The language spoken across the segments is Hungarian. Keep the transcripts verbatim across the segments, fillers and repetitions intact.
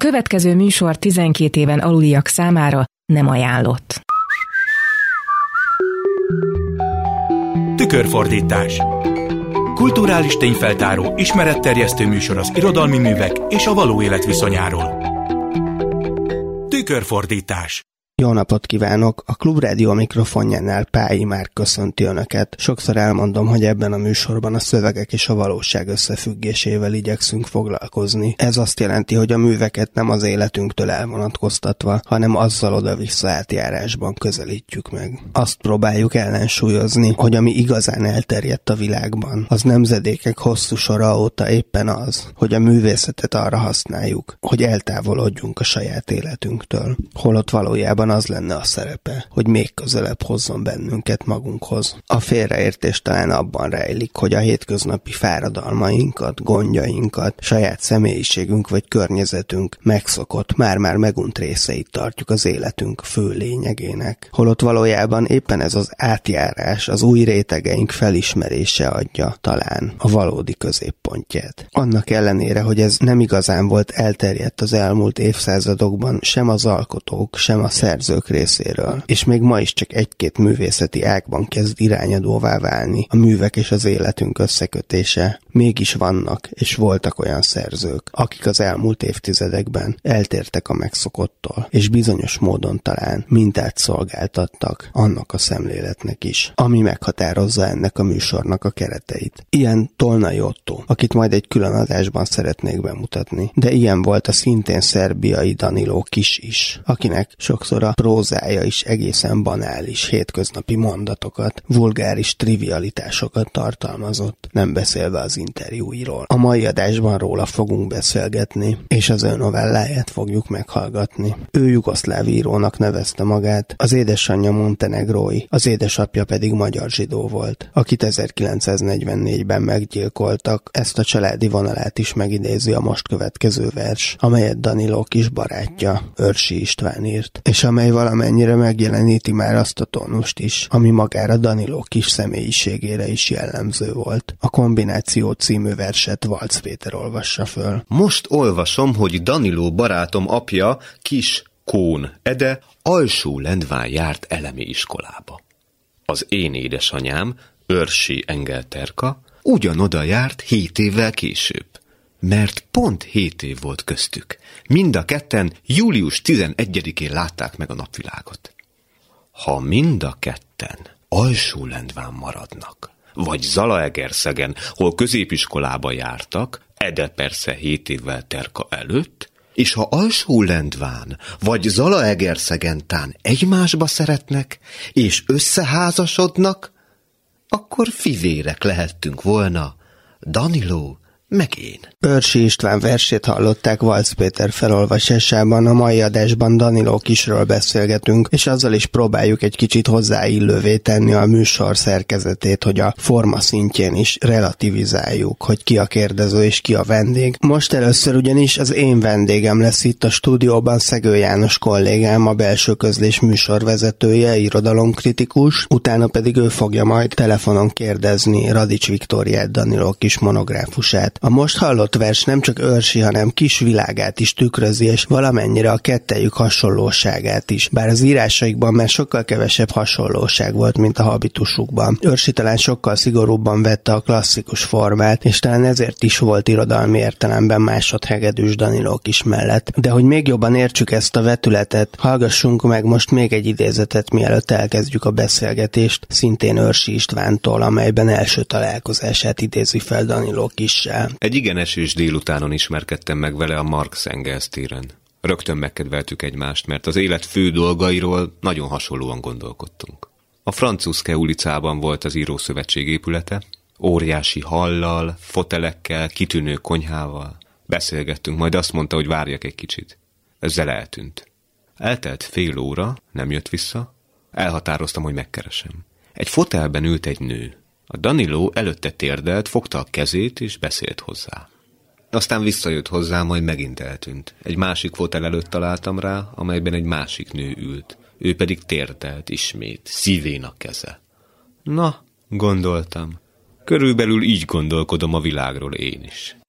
következő műsor tizenkét éven aluliak számára nem ajánlott. Tükörfordítás. Kulturális tényfeltáró, ismeretterjesztő műsor az irodalmi művek és a való élet viszonyáról. Tükörfordítás. Jó napot kívánok! A Klubrádió mikrofonjánál Pályi Márk köszönti Önöket. Sokszor elmondom, hogy ebben a műsorban a szövegek és a valóság összefüggésével igyekszünk foglalkozni. Ez azt jelenti, hogy a műveket nem az életünktől elvonatkoztatva, hanem azzal oda-vissza átjárásban közelítjük meg. Azt próbáljuk ellensúlyozni, hogy ami igazán elterjedt a világban, az nemzedékek hosszú sora óta éppen az, hogy a művészetet arra használjuk, hogy eltávolodjunk a saját életünktől. Holott valójában az lenne a szerepe, hogy még közelebb hozzon bennünket magunkhoz. A félreértés talán abban rejlik, hogy a hétköznapi fáradalmainkat, gondjainkat, saját személyiségünk vagy környezetünk megszokott, már-már megunt részeit tartjuk az életünk fő lényegének. Holott valójában éppen ez az átjárás, az új rétegeink felismerése adja talán a valódi középpontját. Annak ellenére, hogy ez nem igazán volt elterjedt az elmúlt évszázadokban sem az alkotók, sem a szerzők részéről, és még ma is csak egy-két művészeti ágban kezd irányadóvá válni a művek és az életünk összekötése. Mégis vannak és voltak olyan szerzők, akik az elmúlt évtizedekben eltértek a megszokottól, és bizonyos módon talán mintát szolgáltattak annak a szemléletnek is, ami meghatározza ennek a műsornak a kereteit. Ilyen Tolnai Ottó, akit majd egy külön adásban szeretnék bemutatni, de ilyen volt a szintén szerbiai Danilo Kis is, akinek sokszor a prózája is egészen banális, hétköznapi mondatokat, vulgáris trivialitásokat tartalmazott, nem beszélve az interjúiról. A mai adásban róla fogunk beszélgetni, és az ő novelláját fogjuk meghallgatni. Ő jugoszláv írónak nevezte magát, az édesanyja montenegrói, az édesapja pedig magyar zsidó volt, akit ezerkilencszáznegyvennégyben meggyilkoltak. Ezt a családi vonalát is megidézi a most következő vers, amelyet Danilo Kis barátja, Őrsi István írt, és amely valamennyire megjeleníti már azt a tónust is, ami magára Danilo Kis személyiségére is jellemző volt. A Kombináció című verset Valc Péter olvassa föl. Most olvasom, hogy Danilo barátom apja, Kis Kón Ede Alsó Lendván járt elemi iskolába. Az én édesanyám, Őrsi Engelterka, ugyanoda járt hét évvel később, mert pont hét év volt köztük. Mind a ketten július tizenegyedikén látták meg a napvilágot. Ha mind a ketten Alsó Lendván maradnak, vagy Zalaegerszegen, hol középiskolába jártak, Ede persze hét évvel Terka előtt, és ha Alsó Lendván vagy Zalaegerszegen tán egymásba szeretnek, és összeházasodnak, akkor fivérek lehettünk volna, Danilo meg én. Őrsi István versét hallották Valc Péter felolvasásában. A mai adásban Danilo Kisről beszélgetünk, és azzal is próbáljuk egy kicsit hozzáillővé tenni a műsor szerkezetét, hogy a forma szintjén is relativizáljuk, hogy ki a kérdező és ki a vendég. Most először ugyanis az én vendégem lesz itt a stúdióban, Szegő János kollégám, a Belső Közlés műsorvezetője, irodalomkritikus, utána pedig ő fogja majd telefonon kérdezni Radics Viktóriát, Danilo Kis monográfusát. A most hallott vers nem csak Őrsi, hanem Kis világát is tükrözi, és valamennyire a kettejük hasonlóságát is. Bár az írásaikban már sokkal kevesebb hasonlóság volt, mint a habitusukban. Őrsi talán sokkal szigorúbban vette a klasszikus formát, és talán ezért is volt irodalmi értelemben másodhegedűs Danilo Kis mellett. De hogy még jobban értsük ezt a vetületet, hallgassunk meg most még egy idézetet, mielőtt elkezdjük a beszélgetést, szintén Őrsi Istvántól, amelyben első találkozását idézi fel Danilo Kissel. Egy igen esős délutánon ismerkedtem meg vele a Marx-Engels téren. Rögtön megkedveltük egymást, mert az élet fő dolgairól nagyon hasonlóan gondolkodtunk. A Franciszke ulicában volt az Írószövetség épülete, óriási hallal, fotelekkel, kitűnő konyhával. Beszélgettünk, majd azt mondta, hogy várjak egy kicsit. Ezzel eltűnt. Eltelt fél óra, nem jött vissza. Elhatároztam, hogy megkeresem. Egy fotelben ült egy nő. A Danilo előtte térdelt, fogta a kezét és beszélt hozzá. Aztán visszajött hozzá, majd megint eltűnt. Egy másik fotel előtt találtam rá, amelyben egy másik nő ült. Ő pedig térdelt ismét, szívén a keze. Na, gondoltam. Körülbelül így gondolkodom a világról én is.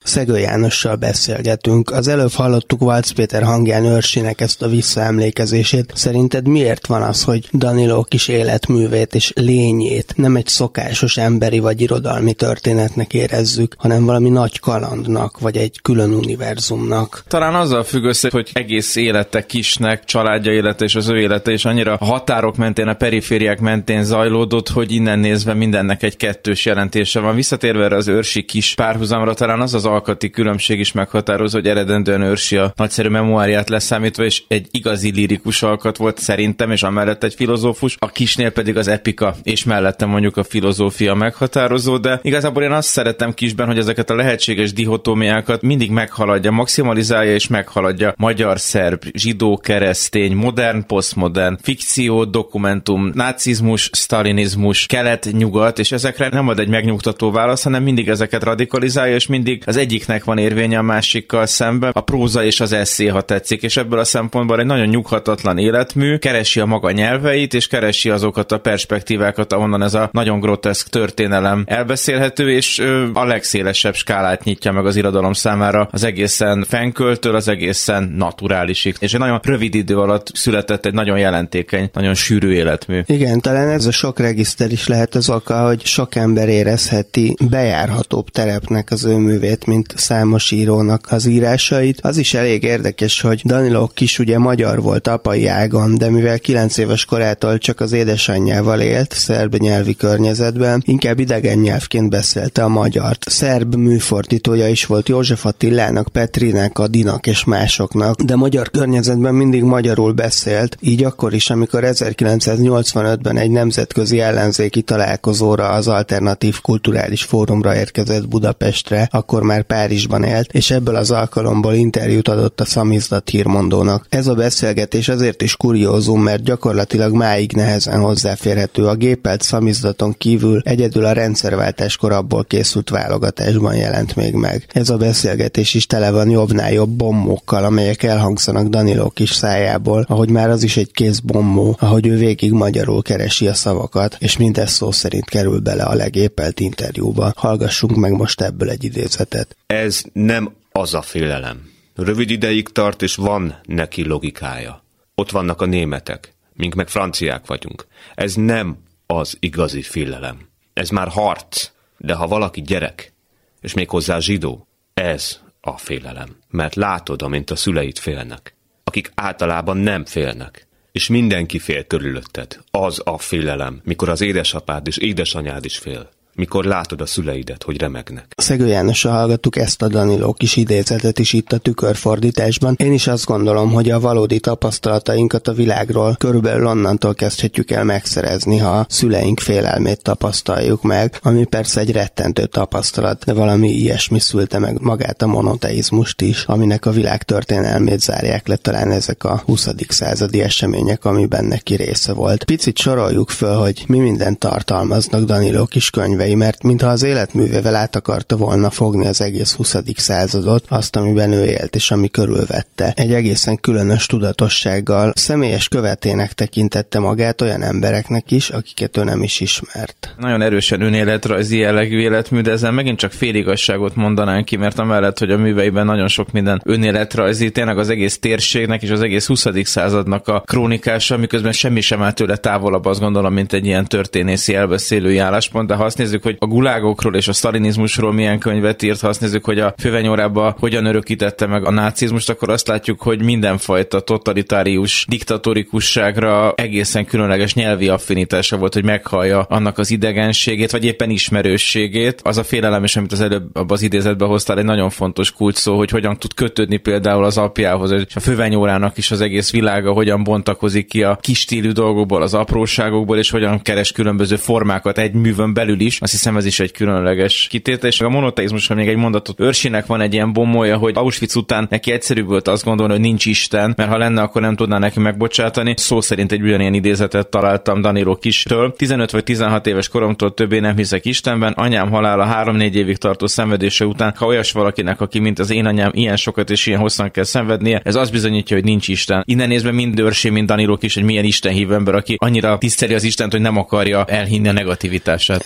Szegő Jánossal beszélgetünk. Az előbb hallottuk Valc Péter hangján Őrsinek ezt a visszaemlékezését. Szerinted miért van az, hogy Daniló kis életművét és lényét nem egy szokásos emberi vagy irodalmi történetnek érezzük, hanem valami nagy kalandnak, vagy egy külön univerzumnak? Talán azzal függ össze, hogy egész élete Kisnek, családja élete és az ő élete is annyira a határok mentén, a perifériák mentén zajlódott, hogy innen nézve mindennek egy kettős jelentése van. Visszatérve erre az Őrsi Kis párhuzamra, talán az az alkati különbség is meghatározó, hogy eredendően Őrsi a nagyszerű memoáriát leszámítva, és egy igazi lirikus alkat volt szerintem, és amellett egy filozófus, a Kisnél pedig az epika, és mellette mondjuk a filozófia meghatározó, de igazából én azt szeretem Kisben, hogy ezeket a lehetséges dihotómiákat mindig meghaladja, maximalizálja és meghaladja magyar, szerb, zsidó, keresztény, modern, posztmodern, fikció, dokumentum, nácizmus, sztalinizmus, kelet, nyugat, és ezekre nem ad egy megnyugtató válasz, hanem mindig ezeket radikalizálja, és mindig az egyiknek van érvénye a másikkal szemben, a próza és az esszé, ha tetszik, és ebből a szempontból egy nagyon nyughatatlan életmű, keresi a maga nyelveit, és keresi azokat a perspektívákat, ahonnan ez a nagyon groteszk történelem elbeszélhető, és ö, a legszélesebb skálát nyitja meg az irodalom számára, az egészen fenköltől, az egészen naturálisig. És egy nagyon rövid idő alatt született egy nagyon jelentékeny, nagyon sűrű életmű. Igen, talán ez a sok regiszter is lehet az oka, hogy sok ember érezheti bejárhatóbb terepnek az ő művét, mint számos írónak az írásait. Az is elég érdekes, hogy Daniló Kis ugye magyar volt apai ágon, de mivel kilenc éves korától csak az édesanyjával élt, szerb nyelvi környezetben, inkább idegen nyelvként beszélte a magyart. Szerb műfordítója is volt József Attilának, Petrinek, Adinak és másoknak, de magyar környezetben mindig magyarul beszélt, így akkor is, amikor ezerkilencszáznyolcvanötben egy nemzetközi ellenzéki találkozóra, az Alternatív Kulturális Fórumra érkezett Budapestre, akkor már Párizsban élt, és ebből az alkalomból interjút adott a Szamizdat hírmondónak. Ez a beszélgetés azért is kuriózum, mert gyakorlatilag máig nehezen hozzáférhető. A gépelt Szamizdaton kívül egyedül a rendszerváltáskor abból készült válogatásban jelent még meg. Ez a beszélgetés is tele van jobbnál jobb bombókkal, amelyek elhangzanak Daniló Kis szájából, ahogy már az is egy kész bombó, ahogy ő végig magyarul keresi a szavakat, és mindez szó szerint kerül bele a legépelt interjúba. Hallgassunk meg most ebből egy idézetet. Ez nem az a félelem. Rövid ideig tart, és van neki logikája. Ott vannak a németek, mink meg franciák vagyunk. Ez nem az igazi félelem. Ez már harc. De ha valaki gyerek, és még hozzá zsidó, ez a félelem. Mert látod, amint a szüleid félnek, akik általában nem félnek, és mindenki fél körülötted. Az a félelem, mikor az édesapád és édesanyád is fél. Mikor látod a szüleidet, hogy remegnek. Szegő Jánossal hallgattuk ezt a Daniló Kis idézetet is itt a tükörfordításban. Én is azt gondolom, hogy a valódi tapasztalatainkat a világról körülbelül onnantól kezdhetjük el megszerezni, ha a szüleink félelmét tapasztaljuk meg, ami persze egy rettentő tapasztalat, de valami ilyesmi szülte meg magát a monoteizmust is, aminek a világ történelmét zárják le talán ezek a huszadik századi események, amiben neki része volt. Picit soroljuk föl, hogy mi mindent tartalmaznak Daniló Kis könyve, mert mintha az életművével át akarta volna fogni az egész huszadik századot, azt, amiben ő élt és ami körülvette. Egy egészen különös tudatossággal, személyes követének tekintette magát olyan embereknek is, akiket ő nem is ismert. Nagyon erősen önéletrajzi jellegű életmű, de ezzel megint csak féligazságot mondanánk ki, mert amellett, hogy a műveiben nagyon sok minden önéletrajzi, tényleg az egész térségnek és az egész huszadik századnak a krónikása, miközben semmi sem áll tőle távolabb, azt gondolom, mint egy ilyen történészi elbeszélői álláspont, de ha azt nézzük, hogy a gulágokról és a sztalinizmusról milyen könyvet írt, ha azt nézzük, hogy a fővenyórában hogyan örökítette meg a nácizmust, akkor azt látjuk, hogy mindenfajta totalitárius diktatórikusságra egészen különleges nyelvi affinitása volt, hogy meghallja annak az idegenségét, vagy éppen ismerősségét. Az a félelem is, amit az előbb az idézetbe hoztál, egy nagyon fontos kulcsszó, hogy hogyan tud kötődni például az apjához, és a fővenyórának is az egész világa hogyan bontakozik ki a kis stílű dolgokból, az apróságokból, és hogyan keres különböző formákat egy művön belül is. Azt hiszem, ez is egy különleges kitétel, és a monoteizmusra még egy mondatot. Őrsinek van egy ilyen bombója, hogy Auschwitz után neki egyszerűbb volt azt gondolni, hogy nincs Isten, mert ha lenne, akkor nem tudná neki megbocsátani. Szó szerint egy ugyanilyen idézetet találtam Daniló Kistől. tizenöt vagy tizenhat éves koromtól többé nem hiszek Istenben, anyám halála három-négy évig tartó szenvedése után, ha olyas valakinek, aki mint az én anyám ilyen sokat és ilyen hosszan kell szenvednie, ez azt bizonyítja, hogy nincs Isten. Innen nézve mind Őrsi, mind Daniló Kis, hogy milyen istenhívő ember, aki annyira tiszteli az Istent, hogy nem akarja elhinni a negativitását. Hát igen,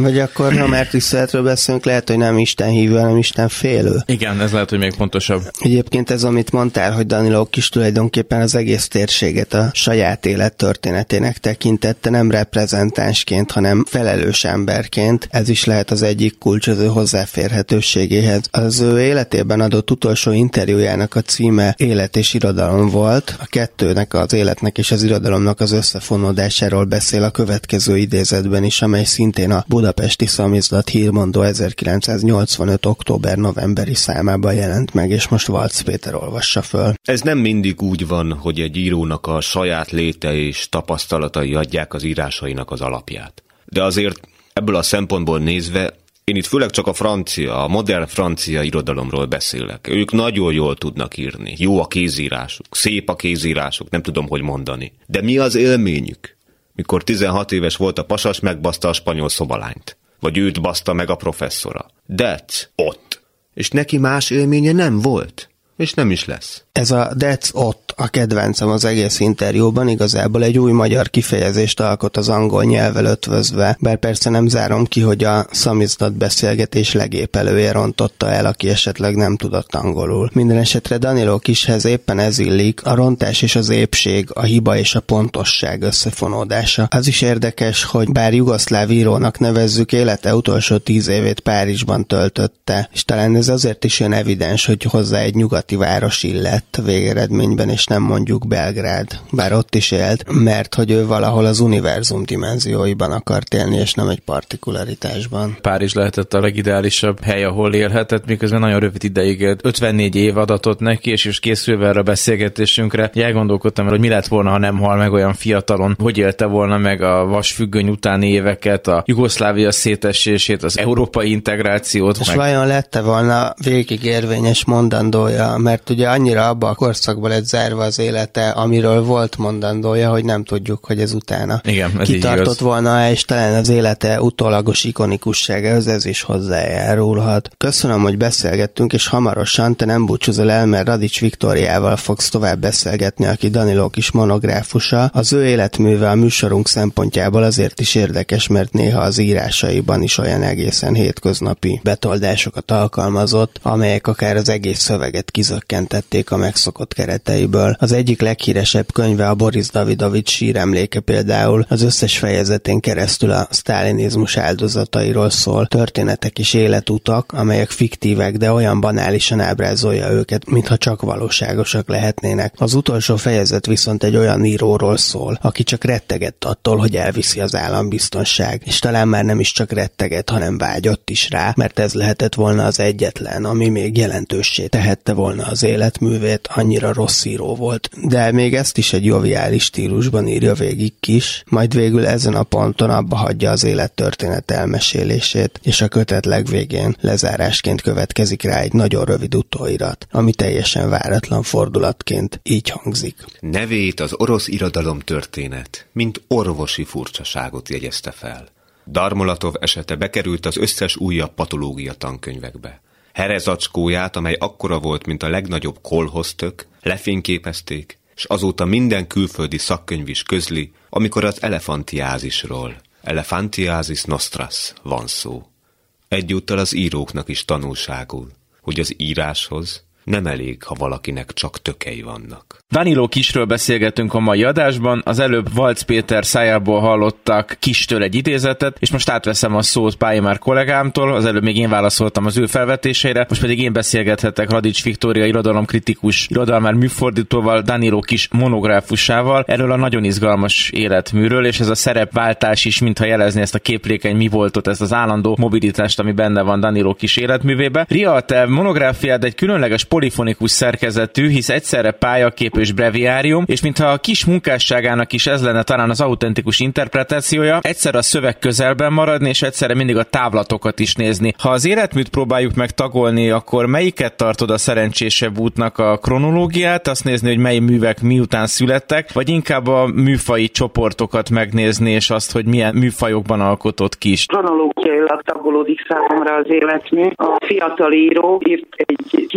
Igen, vagy akkor, ha már tiszteletről beszélünk, lehet, hogy nem Isten hívő, hanem Isten félő. Igen, ez lehet, hogy még pontosabb. Egyébként ez, amit mondtál, hogy Danilo Kis tulajdonképpen az egész térséget a saját élettörténetének tekintette, nem reprezentánsként, hanem felelős emberként. Ez is lehet az egyik kulcs az ő hozzáférhetőségéhez. Az ő életében adott utolsó interjújának a címe Élet és irodalom volt. A kettőnek, az életnek és az irodalomnak az összefonódásáról beszél a következő idézetben is, amely szintén a Budapesti Szamizdat hírmondó ezerkilencszáznyolcvanöt október-novemberi számában jelent meg, és most Valc Péter olvassa föl. Ez nem mindig úgy van, hogy egy írónak a saját léte és tapasztalatai adják az írásainak az alapját. De azért ebből a szempontból nézve, én itt főleg csak a francia, a modern francia irodalomról beszélek. Ők nagyon jól tudnak írni. Jó a kézírásuk, szép a kézírásuk, nem tudom, hogy mondani. De mi az élményük? Mikor tizenhat éves volt a pasas, megbaszta a spanyol szobalányt. Vagy őt baszta meg a professzora. That's ott. És neki más élménye nem volt. És nem is lesz. Ez a That's ott a kedvencem az egész interjúban, igazából egy új magyar kifejezést alkot az angol nyelvvel ötvözve, bár persze nem zárom ki, hogy a szamizdat beszélgetés legépelője rontotta el, aki esetleg nem tudott angolul. Minden esetre Danilo Kishez éppen ez illik, a rontás és az épség, a hiba és a pontosság összefonódása. Az is érdekes, hogy bár jugoszláv írónak nevezzük, élete utolsó tíz évét Párizsban töltötte, és talán ez azért is jön evidens, hogy hozzá egy nyugati város illett végeredményben, és nem mondjuk Belgrád, bár ott is élt, mert hogy ő valahol az univerzum dimenzióiban akart élni, és nem egy partikularitásban. Párizs lehetett a legideálisabb hely, ahol élhetett, miközben nagyon rövid ideig élt. ötvennégy év adatot neki, és is készülve erre a beszélgetésünkre, elgondolkodtam, hogy mi lett volna, ha nem hal meg olyan fiatalon, hogy élte volna meg a vasfüggöny utáni éveket, a Jugoszlávia szétesését, az európai integrációt. És meg... vajon lette volna végig érvényes mondandója, mert ugye annyira abba a korszakban lett zárva az élete, amiről volt mondandója, hogy nem tudjuk, hogy ez utána Igen, ez kitartott volna, és talán az élete utólagos ikonikusságához ez is hozzájárulhat. Köszönöm, hogy beszélgettünk, és hamarosan te nem búcsúzol el, mert Radics Viktóriával fogsz tovább beszélgetni, aki Danilo Kis monográfusa. Az ő életműve a műsorunk szempontjából azért is érdekes, mert néha az írásaiban is olyan egészen hétköznapi betoldásokat alkalmazott, amelyek akár az egész szöveget kizökkentették a megszokott kereteiből. Az egyik leghíresebb könyve, a Boris Davidovics síremléke például az összes fejezetén keresztül a sztálinizmus áldozatairól szól, történetek és életutak, amelyek fiktívek, de olyan banálisan ábrázolja őket, mintha csak valóságosak lehetnének. Az utolsó fejezet viszont egy olyan íróról szól, aki csak rettegett attól, hogy elviszi az állambiztonság, és talán már nem is csak rettegett, hanem vágyott is rá, mert ez lehetett volna az egyetlen, ami még jelentőssé tehette volna az életművét, annyira rossz író volt. De még ezt is egy joviális stílusban írja végig Kis, majd végül ezen a ponton abba hagyja az élettörténet elmesélését, és a kötet legvégén lezárásként következik rá egy nagyon rövid utóirat, ami teljesen váratlan fordulatként így hangzik. Nevét az orosz irodalom történet, mint orvosi furcsaságot jegyezte fel. Darmolatov esete bekerült az összes újabb patológia tankönyvekbe. Herezacskóját, amely akkora volt, mint a legnagyobb kolhoztök, lefényképezték, és azóta minden külföldi szakkönyv is közli, amikor az elefantiázisról, elefantiasis nostras van szó. Egyúttal az íróknak is tanulságul, hogy az íráshoz nem elég, ha valakinek csak tökei vannak. Danilo Kisről beszélgetünk a mai adásban, az előbb Valc Péter szájából hallottak Kistől egy idézetet, és most átveszem a szót Pályimár kollégámtól, az előbb még én válaszoltam az ő felvetéseire, most pedig én beszélgethetek Radics Viktória irodalomkritikus, irodalmár műfordítóval, Danilo Kis monográfusával, erről a nagyon izgalmas életműről, és ez a szerepváltás is, mintha jelezni ezt a képlékeny mi voltot, ezt az állandó mobilitást, ami benne van Danilo Kis életművébe. Ria, a te monográfiád egy különleges polifonikus szerkezetű, hisz egyszerre pályakép és breviárium, és mintha a Kis munkásságának is ez lenne talán az autentikus interpretációja, egyszer a szöveg közelben maradni, és egyszerre mindig a távlatokat is nézni. Ha az életműt próbáljuk meg tagolni, akkor melyiket tartod a szerencsésebb útnak, a kronológiát, azt nézni, hogy mely művek miután születtek, vagy inkább a műfaji csoportokat megnézni, és azt, hogy milyen műfajokban alkotott Kis? Kronológiailag tagolódik számomra az életmű. A fiatal író írt egy kis próza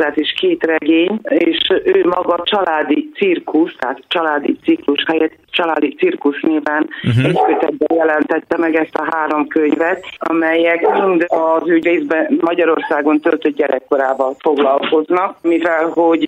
prózát és két regény, és ő maga családi cirkusz, tehát családi ciklus helyett családi cirkusz néven uh-huh. egy kötetben jelentette meg ezt a három könyvet, amelyek mind az ő részben Magyarországon töltött gyerekkorával foglalkoznak, mivel hogy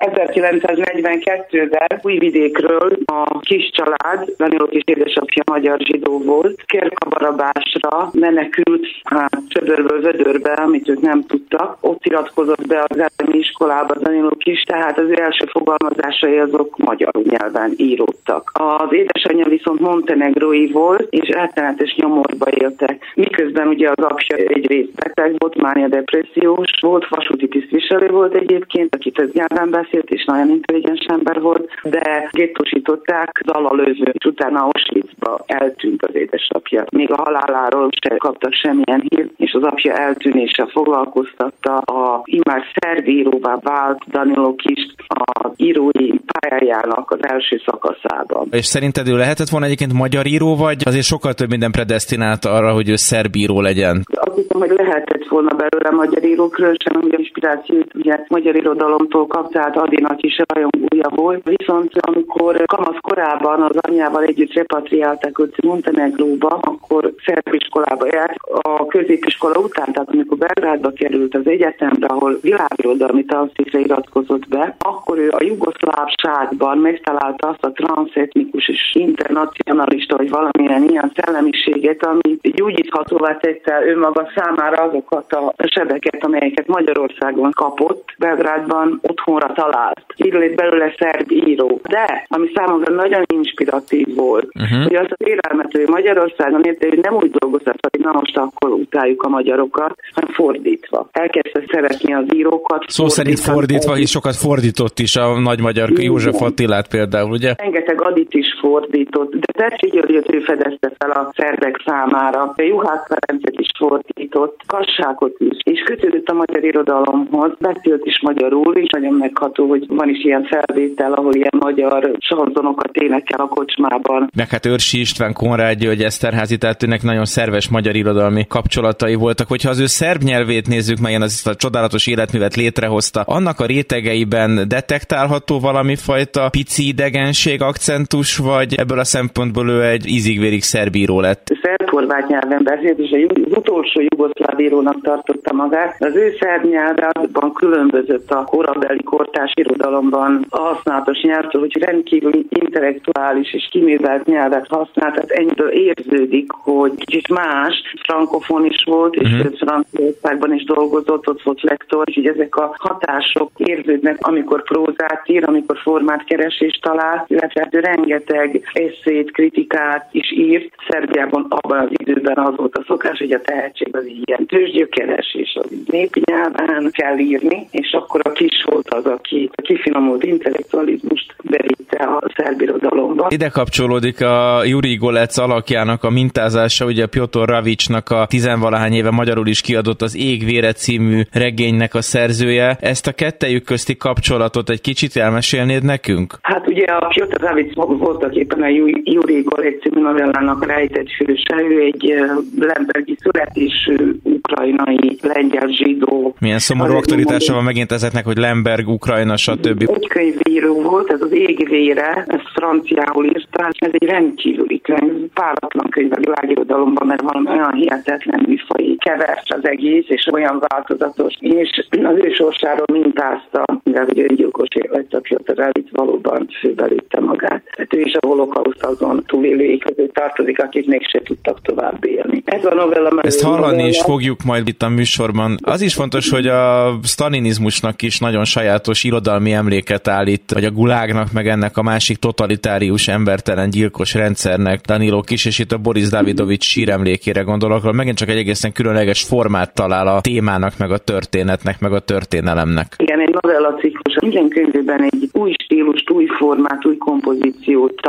ezerkilencszáznegyvenkettőben Újvidékről a kis család, Daniló kis édesapja magyar zsidó volt, Kérkabarabásra menekült hát Csöbörből Vödörbe, amit ők nem tudtak. Ott iratkozott be az állami iskolába Daniló kis, tehát az ő első fogalmazásai azok magyar nyelven íródtak. Az édesanyja viszont montenegrói volt, és rettenetes nyomorba éltek. Miközben ugye az apja egyrészt beteg volt, mánia depressziós volt, vasúti tisztviselő volt egyébként, aki több nyelven beszélt, és nagyon intelligens ember volt, de gettósították, zalalőző, és utána Auschwitzba eltűnt az édesapja. Még a haláláról se kaptak semmilyen hírt, és az apja eltűnése foglalkoztatta a immár szerb íróvá vált Daniló Kist a írói pályájának az első szakaszában. És szerinted ő lehetett volna egyébként magyar író, vagy azért sokkal több minden predesztinálta arra, hogy ő szerb író legyen? Azt hiszem, hogy lehetett volna belőle magyar író, különösen ugye inspirációt ugye magyar irodalomtól kap, tehát Adinak is rajongója volt. Viszont amikor kamasz korában az anyjával együtt repatriálták őt Montenegróba, akkor szerb iskolába járt. A középiskola után, tehát amikor Belgrádba került az egyetemre, ahol világirodalmi tanszékre iratkozott be, akkor ő a jugoszlávságban megtalálta azt a transzetnikus és internacionalista, vagy valamilyen ilyen szellemiséget, ami gyógyíthatóvá tette önmaga számára azokat a sebeket, amelyeket Magyarországon kapott, Belgrádban otthonra talált. Így lett belőle szerb író. De, ami számomra nagyon inspiratív volt, uh-huh. hogy az az élelmet, hogy Magyarországon érte, hogy nem úgy dolgoztat, hogy na most akkor utáljuk a magyarokat, hanem fordítva. Elkezdte szeretni az írókat. Szó szerint fordítva, és sokat fordított is a nagy magyar József Attilát például, ugye? Rengeteg Adit is fordított, de tetszik, hogy ő fedezte fel a szerbek számára. Juhász Ferencet is fordított, Kassákot is, és kötődött a magyar irodalomhoz, beszélt is magyarul, és nagyon megható, hogy van is ilyen felvétel, ahol ilyen magyar sanzonokat énekel a kocsmában. Meg hát Őrsi István, Konrád György, Eszterházy, tehát őnek nagyon szerves magyar irodalmi kapcsolatai voltak. Hogyha az ő szerb nyelvét nézzük, melyen az a csodálatos életművet létrehozta, annak a rétegeiben detektálható valami fajta pici idegenség, akcentus, vagy ebből a szempontból ő egy ízig-vérig szerb író lett? Szerb-horvát nyelven beszélt, és az utolsó jugoszláv írónak tartotta magát. Az ő szerb nyelve azban különbözött a korabeli kortárs irodalomban a használatos nyelvtől, hogy rendkívül intellektuális és kiművelt nyelvet használt, tehát ennyiből érződik, hogy kicsit más, frankofon is volt, és uh-huh. Franciaországban is dolgozott, ott volt lektor, és így ezek a hatások érződnek, amikor prózát ír, amikor formát keres és talál, illetve rengeteg esszét, kritikát is írt. Szerbiában abban az időben az volt a szokás, hogy a tehetség az ilyen tőzsgyökeres, és az népi nyelven kell írni, és akkor a Kis volt az, aki a kifinomult intellektualizmust bevitte a szerb irodalomba. Ide kapcsolódik a Jurij Golec alakjának a mintázása, ugye Pjotor Ravicsnak a tizenvalahány éve magyarul is kiadott Az ég vére című regénynek a szerzője. Ezt a kettejük közti kapcsolatot egy kicsit elmesélnéd nekünk? Hát ugye a Pjotor Ravics voltak éppen a Jurij Golec című novellának rejtett főse, ő egy lembergi születésű ukrajnai lengyel zsidó. Milyen szomorú aktualitása van megint ezeknek, hogy Lemberg, Ukrajna, stb. Egy könyvíró volt, ez az Ég vére, ezt franciául írta, ez egy rendkívüli könyv, páratlan könyv a világirodalomban, mert valami olyan hihetetlen műfai kevert az egész, és olyan változatos, és az ő sorsáról mintázta, mivel hogy öngyilkos lett a Pjotor Ravics, valóban főbelőtte magát. Tehát ő is a holokauszt azon túlélői között tartozik, akik mégse tudtak tovább élni. Ez a novella. Ezt hallani novella. Is fogjuk majd itt a műsorban. Az is fontos, hogy a sztalinizmusnak is nagyon sajátos irodalmi emléket állít, vagy a gulágnak, meg ennek a másik totalitárius, embertelen, gyilkos rendszernek Daniló Kis, és itt a Boris Davidovics síremlékére gondolok, ahol megint csak egy egészen különleges formát talál a témának, meg a történetnek, meg a történelemnek. Igen, egy novella ciklus. Minden könyvben egy új stílust, új formát, új kompozíciót talált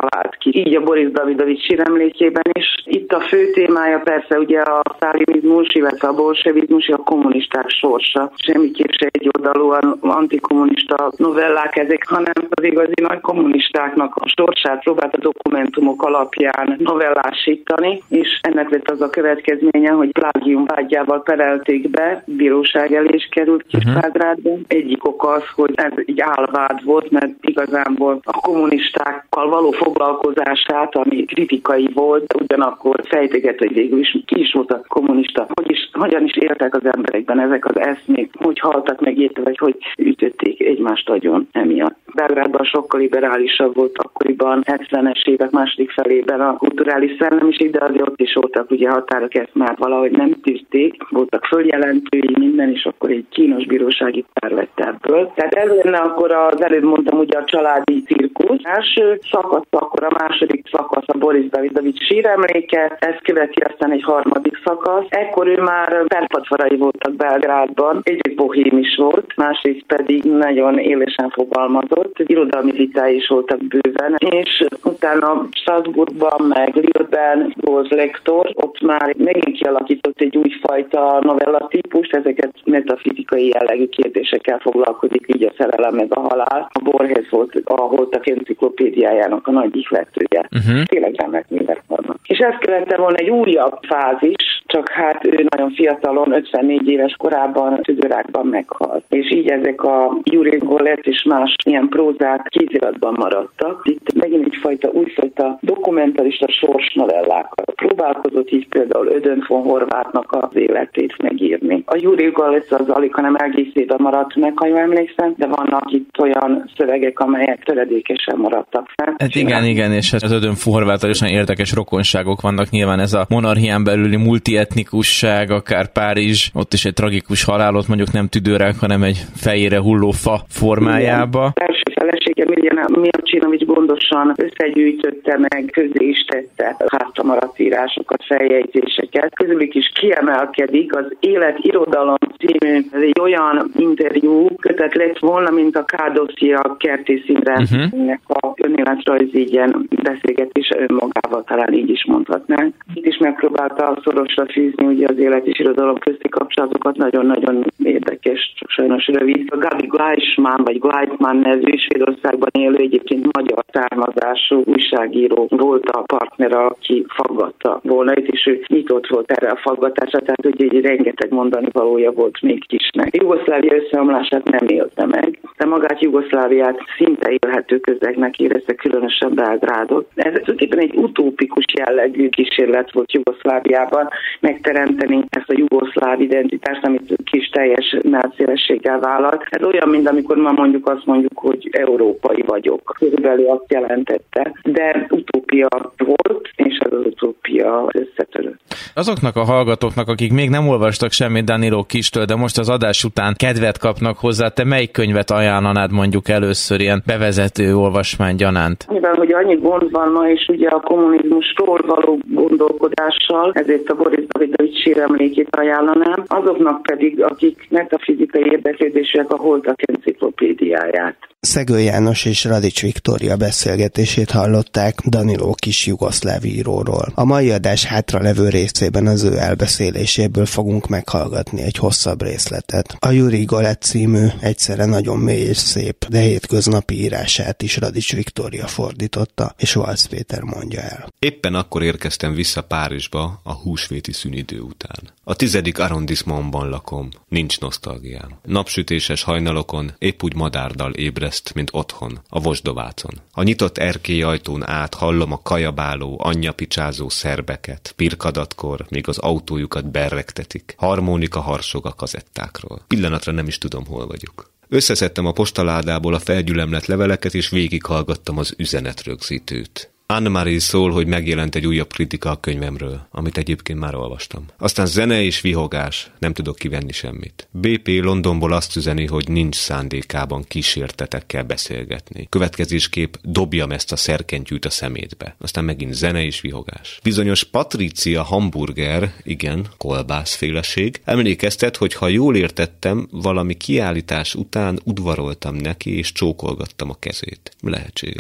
ki. Így a Boris Davidovics síremlékében is. Itt a fő témája persze ugye a sztálinizmus, illetve a bolsevizmus, a kommunisták sorsa. Semmiképp se egy oldalúan antikommunista novellák ezek, hanem az igazi nagy kommunistáknak a sorsát próbált a dokumentumok alapján novellásítani, és ennek lett az a következménye, hogy plágium vágyával perelték be, bíróság elé is került Kisvárdrádba. Uh-huh. Egyik ok az, hogy ez egy álvád volt, mert igazából a kommunistákkal való foglalkozását, ami kritikai volt, de ugyanakkor fejteget, hogy végül is ki is volt a kommunista, hogy is, hogyan is éltek az emberekben ezek az eszmék, hogy haltak meg érte, vagy hogy ütötték egymást agyon emiatt. Belgrádban sokkal liberálisabb volt akkoriban, hetvenes évek második felében a kulturális szellemiség, de azért ott is voltak ugye határok, ezt már valahogy nem tűzték, voltak följelentői, minden, és akkor egy kínos bírósági pár lett ebből. Tehát ez lenne akkor az előbb mondtam ugye a családi cirkusz. Első szakasz, akkor a második szakasz a Boris Davidovics síremléke, ezt követi aztán egy harmadik szakasz. Ekkor ő már perpatvarai voltak Belgrádban, egyrészt bohém is volt, másrészt pedig nagyon élesen fogalmazott, irodalmi vitái is voltak bőven, és utána Strasbourgban, meg Lille-ben volt lektor, ott már megint kialakított egy újfajta novellatípust, ezeket metafizikai jellegű kérdésekkel foglalkozik, így a szerelem meg a halál. A Borges volt a Holtak enciklopédiájának a nagy ihletője. Uh-huh. Tényleg remek művek vannak. És ezt követte volna egy újabb fázis, csak hát ő nagyon fiatalon, ötvennégy éves korában tüdőrákban meghalt. És így ezek a Jurij Golec és más ilyen prózák kéziratban maradtak. Itt megint egyfajta újfajta dokumentalista sorsnovellákkal próbálkozott, így például Ödön von Horvátnak az életét megírni. A Jurij Golec az alig, hanem egészében maradt meg, ha jól emlékszem, de vannak itt olyan szövegek, amelyek töredékesen maradtak. Hát igen, igen, és az Ödön von Horváttal is nagyon érdekes rokonságok vannak. Nyilván ez a monarchián belüli multietnikusság, akár Párizs, ott is egy tragikus halálot, mondjuk nem tüdőrák, hanem egy fejére hulló fa formájába. Igen. Első felesége Milcinovics gondosan összegyűjtötte meg, közé is tette hátra maradt írásokat, feljegyzéseket. Közülük is kiemelkedik az Élet irodalom című, ez egy olyan interjú kötet lett volna, mint a K-dosszia Kertész Imre-nek uh-huh. a önéletrajzi ilyen beszélgetése önmagával, talán így is mondhatnánk. Itt is megpróbálta szorosra fűzni ugye az élet és irodalom közti kapcsolatokat, nagyon-nagyon érdekes, csak sajnos rövid. A Gabi Gleisman, vagy Gleisman nevű Svédországban élő, egyébként magyar származású újságíró volt a partner, aki faggatta volna, és ő nyitott volt erre a faggatásra, tehát ugye egy rengeteg mondani valója volt még kisnek. Jugoszlávia összeomlását nem élte meg, de magát Jugoszláviát szinte élhető közegnek érezte, különösen Belgrádot. Ez tulajdonképpen egy utópikus jellegű kísérlet volt Jugoszláviában megteremteni ezt a jugoszláv identitást, amit kis teljes melszélességgel vállalt. Ez olyan, mint amikor ma mondjuk azt mondjuk, hogy európai vagyok. Körülbelül azt jelentette, de utópia volt, és az az utópia összetörött. Azoknak a hallgatóknak, akik még nem olvastak semmit Danilo Kistől, de most az adás után kedvet kapnak hozzá, te melyik könyvet ajánlanád mondjuk először ilyen bevezető olvasmány gyanánt? Mivel, hogy annyi gond van ma, és ugye a kommunizmusról való gondolkodással, ezért a Boris Davidovics síremlékét ajánlanám, azoknak pedig, akik metafizikai érdeklődésűek, a Holtak enciklopédiáját. Szegő János és Radics Viktória beszélgetését hallották Danilo Kis jugoszláv íróról. A mai adás hátralevő részében az ő elbeszéléséből fogunk meghallgatni egy hosszabb részletet. A Jurij Golec című, egyszerre nagyon mély és szép, de hétköznapi írását is Radics Viktória fordította, és Valsz Péter mondja el. Éppen akkor érkeztem vissza Párizsba a húsvéti szünidő után. A tizedik arrondissementban lakom, nincs nosztalgiám. Napsütéses hajnalokon épp úgy madárdal ébreszt, mint otthon, a Vosdovácon. A nyitott erkély ajtón át hallom a kajabáló, anyjapicsázó szerbeket, pirkadatkor, még az autójukat berregtetik. Harmonika harsog a kazettákról. Pillanatra nem is tudom, hol vagyok. Összeszedtem a postaládából a felgyülemlett leveleket, és végighallgattam az üzenetrögzítőt. Anne-Marie szól, hogy megjelent egy újabb kritika a könyvemről, amit egyébként már olvastam. Aztán zene és vihogás, nem tudok kivenni semmit. bé pé Londonból azt üzeni, hogy nincs szándékában kísértetekkel beszélgetni. Következésképp dobjam ezt a szerkentyűt a szemétbe. Aztán megint zene és vihogás. Bizonyos Patricia Hamburger, igen, kolbászféleség, emlékeztet, hogy ha jól értettem, valami kiállítás után udvaroltam neki és csókolgattam a kezét. Lehetséges.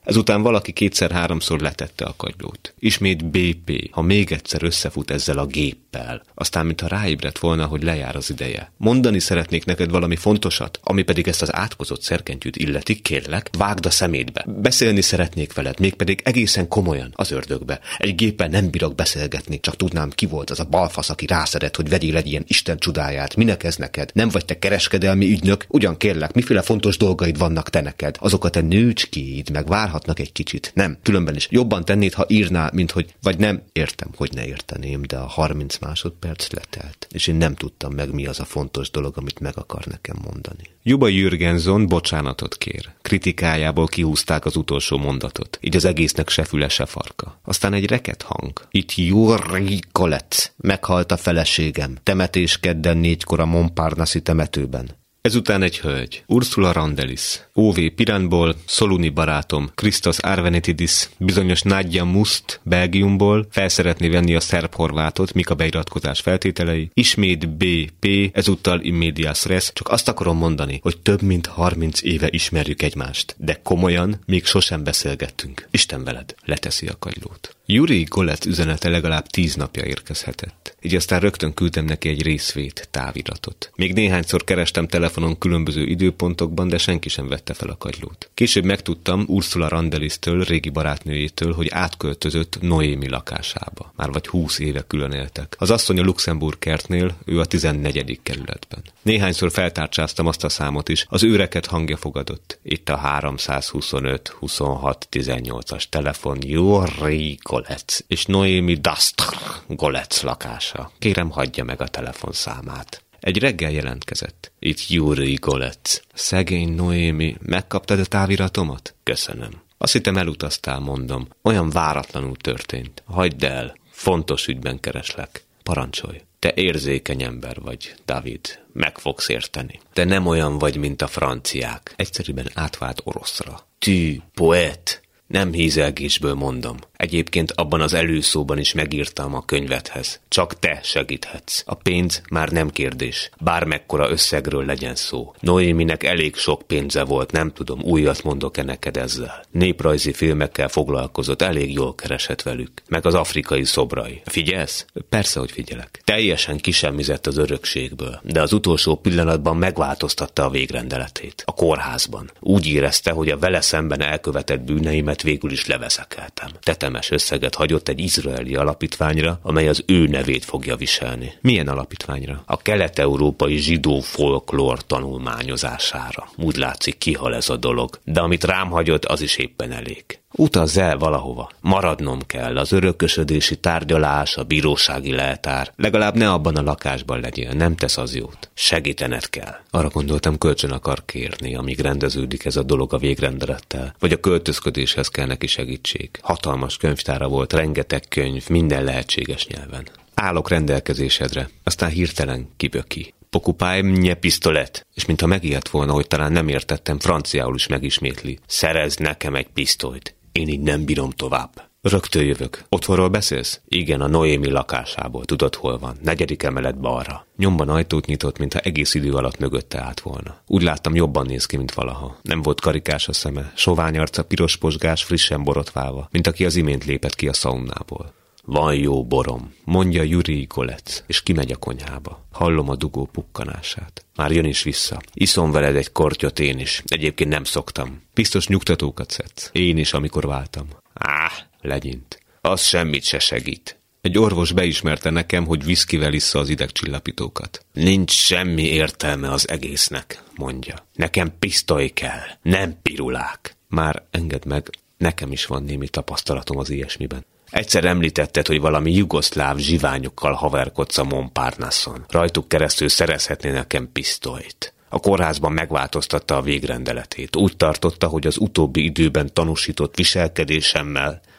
Ezután valaki kétszer-háromszor letette a kagylót. Ismét bé pé, ha még egyszer összefut ezzel a géppel. Aztán, mintha ráébredt volna, hogy lejár az ideje. Mondani szeretnék neked valami fontosat, ami pedig ezt az átkozott szerkentyűt illeti, kérlek, vágd a szemétbe. Beszélni szeretnék veled, mégpedig egészen komolyan, az ördögbe. Egy géppel nem bírok beszélgetni, csak tudnám, ki volt az a balfasz, aki rászedett, hogy vegyél egy ilyen Isten csodáját. Minek ez neked? Nem vagy te kereskedelmi ügynök? Ugyan kérlek, miféle fontos dolgaid vannak te neked? Azok a te nőcskéid meg várhatnak egy kicsit. Nem, különben is jobban tennéd, ha írnál, mint hogy, vagy nem. Értem, hogy ne érteném, de a harminc másodperc letelt, és én nem tudtam meg, mi az a fontos dolog, amit meg akar nekem mondani. Juba Jürgenson bocsánatot kér. Kritikájából kihúzták az utolsó mondatot. Így az egésznek se füle, se farka. Aztán egy reket hang. Itt Juri Kolec. Meghalt a feleségem. Temetés kedden négykor a Montparnasse-i temetőben. Ezután egy hölgy, Ursula Randelis, ó vé Piránból, Szoluni barátom, Krisztos Arvenitidis, bizonyos Nadja Must, Belgiumból, felszeretné venni a szerb-horvátot, mik a beiratkozás feltételei, ismét bé pé, ezúttal in medias res, csak azt akarom mondani, hogy több mint harminc éve ismerjük egymást, de komolyan még sosem beszélgettünk. Isten veled, leteszi a kagylót. Juri Golec üzenete legalább tíz napja érkezhetett. Így aztán rögtön küldtem neki egy részvét táviratot. Még néhányszor kerestem telefonon különböző időpontokban, de senki sem vette fel a kagylót. Később megtudtam Ursula Randelis-től, régi barátnőjétől, hogy átköltözött Noémi lakásába. Már vagy húsz éve külön éltek. Az asszony a Luxemburg kertnél, ő a tizennegyedik kerületben. Néhányszor feltárcsáztam azt a számot is, az ő reket hangja fogadott. Itt a háromszázhuszonöt huszonhat tizennyolcas telefon Juri Golec és Noémi Dastr Golec lakása. Kérem, hagyja meg a telefonszámát. Egy reggel jelentkezett. Itt Juri Golec. Szegény Noémi, megkaptad a táviratomat? Köszönöm. Azt hittem elutaztál, mondom. Olyan váratlanul történt. Hagyd el, fontos ügyben kereslek. Parancsolj. Te érzékeny ember vagy, David. Meg fogsz érteni. Te nem olyan vagy, mint a franciák. Egyszerűen átvált oroszra. Tu, poet. Nem hízelgésből mondom. Egyébként abban az előszóban is megírtam a könyvedhez. Csak te segíthetsz. A pénz már nem kérdés. Bármekkora összegről legyen szó. Noéminek elég sok pénze volt, nem tudom, újat mondok-e neked ezzel. Néprajzi filmekkel foglalkozott, elég jól keresett velük. Meg az afrikai szobrai. Figyelsz? Persze, hogy figyelek. Teljesen kisemmizett az örökségből, de az utolsó pillanatban megváltoztatta a végrendeletét. A kórházban. Úgy érezte, hogy a vele szemben elkövetett bűneimet végül is leveszekeltem. Tetemes összeget hagyott egy izraeli alapítványra, amely az ő nevét fogja viselni. Milyen alapítványra? A kelet-európai zsidó folklór tanulmányozására. Úgy látszik, kihal ez a dolog. De amit rám hagyott, az is éppen elég. Utazz el valahova. Maradnom kell, az örökösödési tárgyalás, a bírósági leltár. Legalább ne abban a lakásban legyél, nem tesz az jót. Segítened kell. Arra gondoltam, kölcsön akar kérni, amíg rendeződik ez a dolog a végrendelettel. Vagy a költözködéshez kell neki segítség. Hatalmas könyvtára volt, rengeteg könyv, minden lehetséges nyelven. Állok rendelkezésedre, aztán hirtelen kiböki. Pokupáj mnie pisztolet. És mintha megijedt volna, hogy talán nem értettem, franciául is megismétli. Szerezd nekem egy pisztolyt. Én így nem bírom tovább. Rögtön jövök. Otthonról beszélsz? Igen, a Noémi lakásából. Tudod, hol van? Negyedik emelet balra. Nyomban ajtót nyitott, mintha egész idő alatt mögötte állt volna. Úgy láttam, jobban néz ki, mint valaha. Nem volt karikás a szeme. Sovány arca, piros posgás, frissen borotválva, mint aki az imént lépett ki a szaunából. Van jó borom, mondja Juri Golec, és kimegy a konyhába. Hallom a dugó pukkanását. Már jön is vissza. Iszom veled egy kortyot én is. Egyébként nem szoktam. Biztos nyugtatókat szedsz. Én is, amikor váltam. Áh, legyint. Az semmit se segít. Egy orvos beismerte nekem, hogy viszkivel issza az idegcsillapítókat. Nincs semmi értelme az egésznek, mondja. Nekem pisztoly kell, nem pirulák. Már engedd meg, nekem is van némi tapasztalatom az ilyesmiben. Egyszer említetted, hogy valami jugoszláv zsiványokkal haverkodsz a Montparnasse-on. Rajtuk keresztül szerezhetné nekem pisztolyt. A kórházban megváltoztatta a végrendeletét. Úgy tartotta, hogy az utóbbi időben tanúsított viselkedésemmel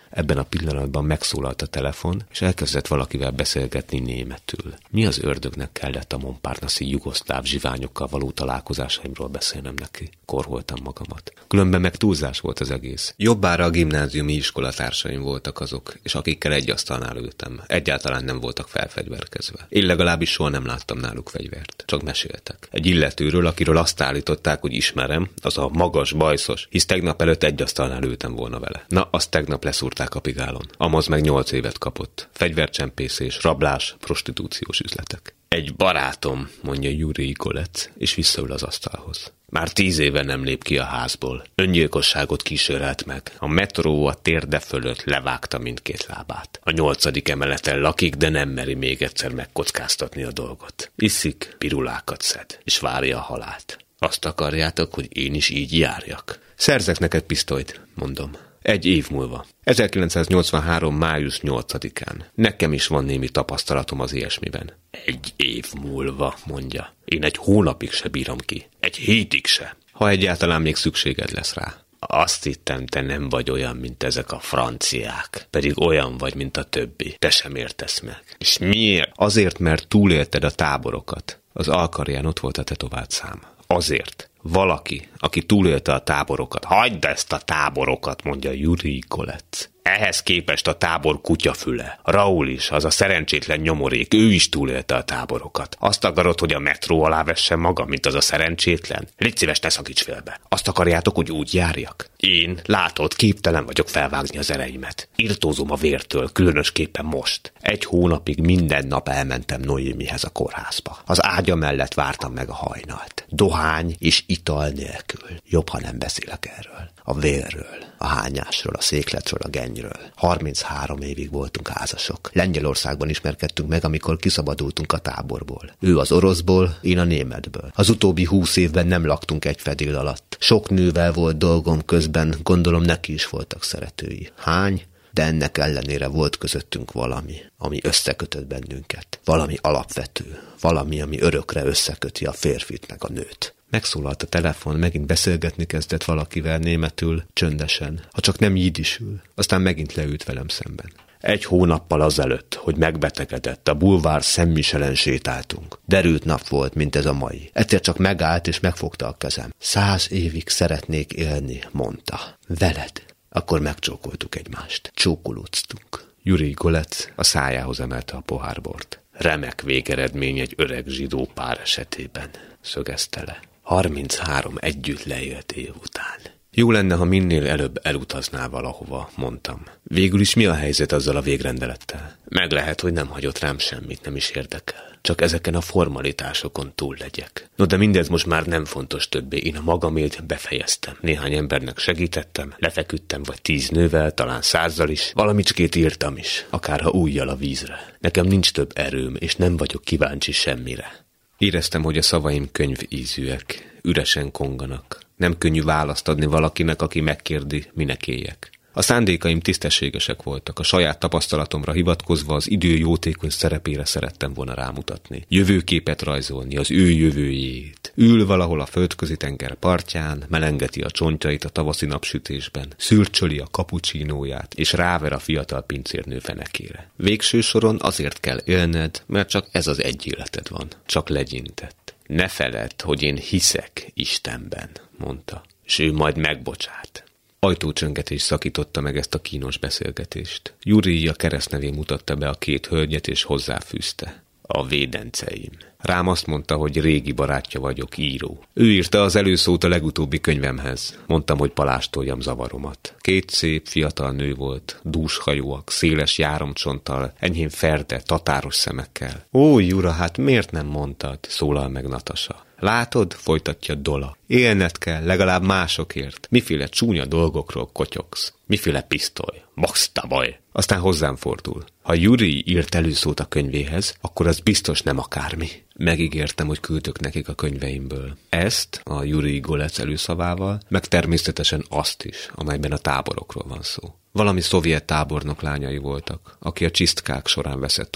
Ebben a pillanatban megszólalt a telefon, és elkezdett valakivel beszélgetni németül. Mi az ördögnek kellett a Montparnasse-i jugoszláv zsiványokkal való találkozásaimról beszélnem neki? Korholtam magamat. Különben meg túlzás volt az egész. Jobbára a gimnáziumi iskolatársaim voltak azok, és akikkel egy asztalnál ültem. Egyáltalán nem voltak felfegyverkezve. Én legalábbis soha nem láttam náluk fegyvert. Csak meséltek. Egy illetőről, akiről azt állították, hogy ismerem, az a magas, bajszos, hisz tegnap előtt egy asztalnál ültem volna vele. Na, azt tegnap leszúrták a pigálon. Amaz meg nyolc évet kapott. Fegyvercsempészés, rablás, prostitúciós üzletek. Egy barátom, mondja Juri Golec, és visszaül az asztalhoz. Már tíz éve nem lép ki a házból. Öngyilkosságot kísérelt meg. A metró a térde fölött levágta mindkét lábát. A nyolcadik emeleten lakik, de nem meri még egyszer megkockáztatni a dolgot. Iszik, pirulákat szed, és várja a halált. Azt akarjátok, hogy én is így járjak? Szerzek neked pisztolyt, mondom. Egy év múlva. ezerkilencszáznyolcvanhárom. május nyolcadikán. Nekem is van némi tapasztalatom az ilyesmiben. Egy év múlva, mondja. Én egy hónapig se bírom ki. Egy hétig se. Ha egyáltalán még szükséged lesz rá. Azt hittem, te nem vagy olyan, mint ezek a franciák. Pedig olyan vagy, mint a többi. Te sem értesz meg. És miért? Azért, mert túlélted a táborokat. Az alkarján ott volt a tetovált szám. Azért. Valaki, aki túlélte a táborokat. Hagyd ezt a táborokat, mondja Juri Golec. Ehhez képest a tábor kutyafüle. Raúl is, az a szerencsétlen nyomorék, ő is túlélte a táborokat. Azt akarod, hogy a metró alá vessen maga, mint az a szerencsétlen? Légy szíves, ne szakíts félbe. Azt akarjátok, hogy úgy járjak? Én, látod, képtelen vagyok felvágni az ereimet. Irtózom a vértől, különösképpen most. Egy hónapig minden nap elmentem Noémihez a kórházba. Az ágya mellett vártam meg a hajnalt. Dohány és ital nélkül. Jobb, ha nem beszélek erről. A vérről, a hányásról, a székletről, a gennyről. harminchárom évig voltunk házasok. Lengyelországban ismerkedtünk meg, amikor kiszabadultunk a táborból. Ő az oroszból, én a németből. Az utóbbi húsz évben nem laktunk egy fedél alatt. Sok nővel volt dolgom közben, gondolom neki is voltak szeretői. Hány? De ennek ellenére volt közöttünk valami, ami összekötött bennünket. Valami alapvető, valami, ami örökre összeköti a férfit meg a nőt. Megszólalt a telefon, megint beszélgetni kezdett valakivel németül, csöndesen, ha csak nem jiddisül. Aztán megint leült velem szemben. Egy hónappal azelőtt, hogy megbetegedett, a bulvár Szent-Michelen sétáltunk. Derült nap volt, mint ez a mai. Egyszer csak megállt és megfogta a kezem. Száz évig szeretnék élni, mondta. Veled. Akkor megcsókoltuk egymást. Csókolóztunk. Juri Golec a szájához emelte a pohárbort. Remek végeredmény egy öreg zsidó pár esetében, szögezte le. harminchárom együtt leélt év után. Jó lenne, ha minél előbb elutaznál valahova, mondtam. Végül is mi a helyzet azzal a végrendelettel? Meg lehet, hogy nem hagyott rám semmit, nem is érdekel. Csak ezeken a formalitásokon túl legyek. No, de mindez most már nem fontos többé. Én a magamét befejeztem. Néhány embernek segítettem, lefeküdtem vagy tíz nővel, talán százzal is. Valamicskét írtam is, akárha ujjal a vízre. Nekem nincs több erőm, és nem vagyok kíváncsi semmire. Éreztem, hogy a szavaim könyvízűek, üresen konganak. Nem könnyű választ adni valakinek, aki megkérdi, minek éljek. A szándékaim tisztességesek voltak, a saját tapasztalatomra hivatkozva az idő jótékony szerepére szerettem volna rámutatni. Jövőképet rajzolni, az ő jövőjét. Ül valahol a földközi tenger partján, melengeti a csontjait a tavaszi napsütésben, szürcsöli a kapucsinóját, és ráver a fiatal pincérnő fenekére. Végső soron azért kell élned, mert csak ez az egy életed van. Csak legyintett. Ne feledd, hogy én hiszek Istenben, mondta, s ő majd megbocsát. Ajtócsöngetés szakította meg ezt a kínos beszélgetést. Juri a keresztnevén mutatta be a két hölgyet, és hozzáfűzte. A védenceim. Rám azt mondta, hogy régi barátja vagyok, író. Ő írta az előszót a legutóbbi könyvemhez. Mondtam, hogy palástoljam zavaromat. Két szép fiatal nő volt, dúshajóak, széles járomcsonttal, enyhén ferde, tatáros szemekkel. Ó, Jura, hát miért nem mondtad? Szólal meg Natasa. Látod, folytatja Dola. Élned kell, legalább másokért. Miféle csúnya dolgokról kotyogsz. Miféle pisztoly. Baszta baj. Aztán hozzám fordul. Ha Juri írt előszót a könyvéhez, akkor az biztos nem akármi. Megígértem, hogy küldök nekik a könyveimből. Ezt a Juri Golec előszavával, meg természetesen azt is, amelyben a táborokról van szó. Valami szovjet tábornok lányai voltak, aki a csisztkák során veszett oda.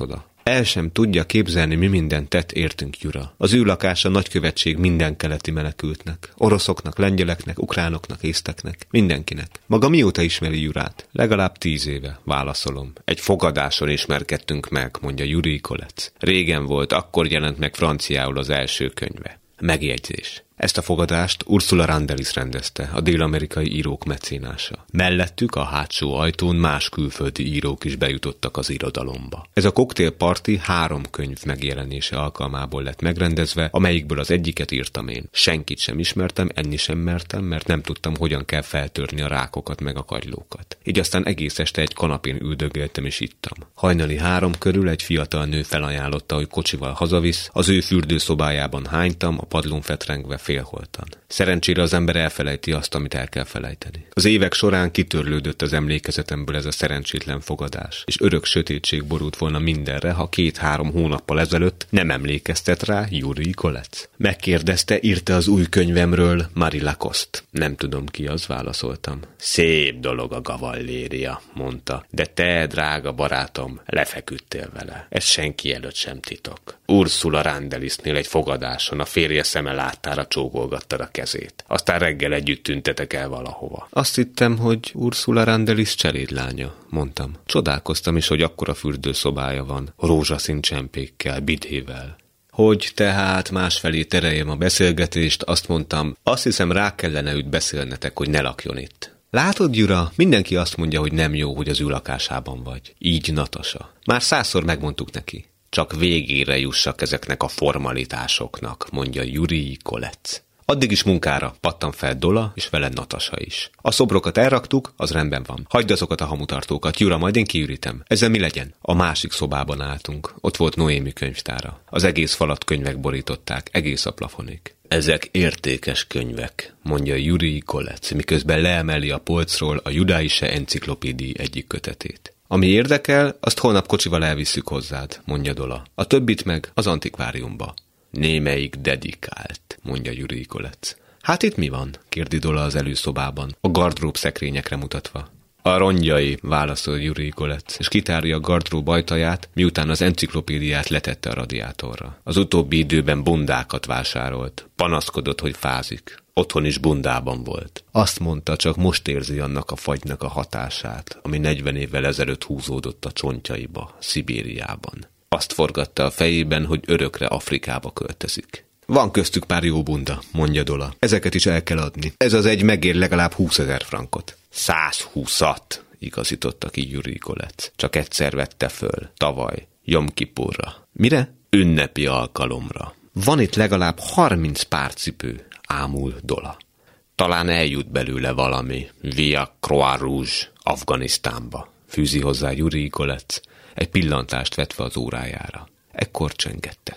El sem tudja képzelni, mi mindent tett értünk Jura. Az ő lakása nagykövetség minden keleti menekültnek. Oroszoknak, lengyeleknek, ukránoknak, észteknek. Mindenkinek. Maga mióta ismeri Jurát? Legalább tíz éve, válaszolom. Egy fogadáson ismerkedtünk meg, mondja Jurij Kolec. Régen volt, akkor jelent meg franciául az első könyve. Megjegyzés. Ezt a fogadást Ursula Randelis rendezte, a dél-amerikai írók mecénása. Mellettük a hátsó ajtón más külföldi írók is bejutottak az irodalomba. Ez a koktélparti három könyv megjelenése alkalmából lett megrendezve, amelyikből az egyiket írtam én. Senkit sem ismertem, enni sem mertem, mert nem tudtam, hogyan kell feltörni a rákokat meg a kagylókat. Így aztán egész este egy kanapén üldögéltem és ittam. Hajnali három körül egy fiatal nő felajánlotta, hogy kocsival hazavisz, az ő fürdőszobájában hánytam, a padlón fetrengve félholtan. Szerencsére az ember elfelejti azt, amit el kell felejteni. Az évek során kitörlődött az emlékezetemből ez a szerencsétlen fogadás, és örök sötétség borult volna mindenre, ha két-három hónappal ezelőtt nem emlékeztet rá Jurij Kolec. Megkérdezte, írta az új könyvemről Marie Lacoste. Nem tudom ki az, válaszoltam. Szép dolog a gavalléria, mondta, de te, drága barátom, lefeküdtél vele. Ez senki előtt sem titok. Ursula Randelisnél egy fogadáson a férje szeme láttára csókolgattad a kezét. Aztán reggel együtt tüntetek el valahova. Azt hittem, hogy Ursula Randelis cselédlánya, mondtam. Csodálkoztam is, hogy akkora fürdőszobája van, rózsaszín csempékkel, bidével. Hogy tehát másfelé tereljem a beszélgetést, azt mondtam, azt hiszem rá kellene őt beszélnetek, hogy ne lakjon itt. Látod, Jura, mindenki azt mondja, hogy nem jó, hogy az ő lakásában vagy. Így Natasa. Már százszor megmondtuk neki. Csak végére jussak ezeknek a formalitásoknak, mondja Jurij Kolec. Addig is munkára, pattan fel Dola, és vele Natasa is. A szobrokat elraktuk, az rendben van. Hagyd azokat a hamutartókat, Jura, majd én kiürítem. Ezzel mi legyen? A másik szobában álltunk. Ott volt Noémi könyvtára. Az egész falat könyvek borították, egész a plafonig. Ezek értékes könyvek, mondja Jurij Kolec, miközben leemeli a polcról a Judaische Encyklopédie egyik kötetét. Ami érdekel, azt holnap kocsival elvisszük hozzád, mondja Dola. A többit meg az antikváriumba. Némelyik dedikált, mondja Jurij Kolec. Hát itt mi van? Kérdi Dola az előszobában, a gardrób szekrényekre mutatva. A rongyai, válaszol Jurij Kolec, és kitárja a gardrób ajtaját, miután az enciklopédiát letette a radiátorra. Az utóbbi időben bundákat vásárolt. Panaszkodott, hogy fázik. Otthon is bundában volt. Azt mondta, csak most érzi annak a fagynak a hatását, ami negyven évvel ezelőtt húzódott a csontjaiba, Szibériában. Azt forgatta a fejében, hogy örökre Afrikába költözik. Van köztük pár jó bunda, mondja Dola. Ezeket is el kell adni. Ez az egy megér legalább húszezer frankot. Százhúszat, igazította ki Jurij Kolec. Csak egyszer vette föl, tavaly, Jom Kipurra. Mire? Ünnepi alkalomra. Van itt legalább harminc pár cipő, ámul Dola. Talán eljut belőle valami via Croix Rouge Afganisztánba, fűzi hozzá Jurij Kolec, egy pillantást vetve az órájára. Ekkor csöngettek.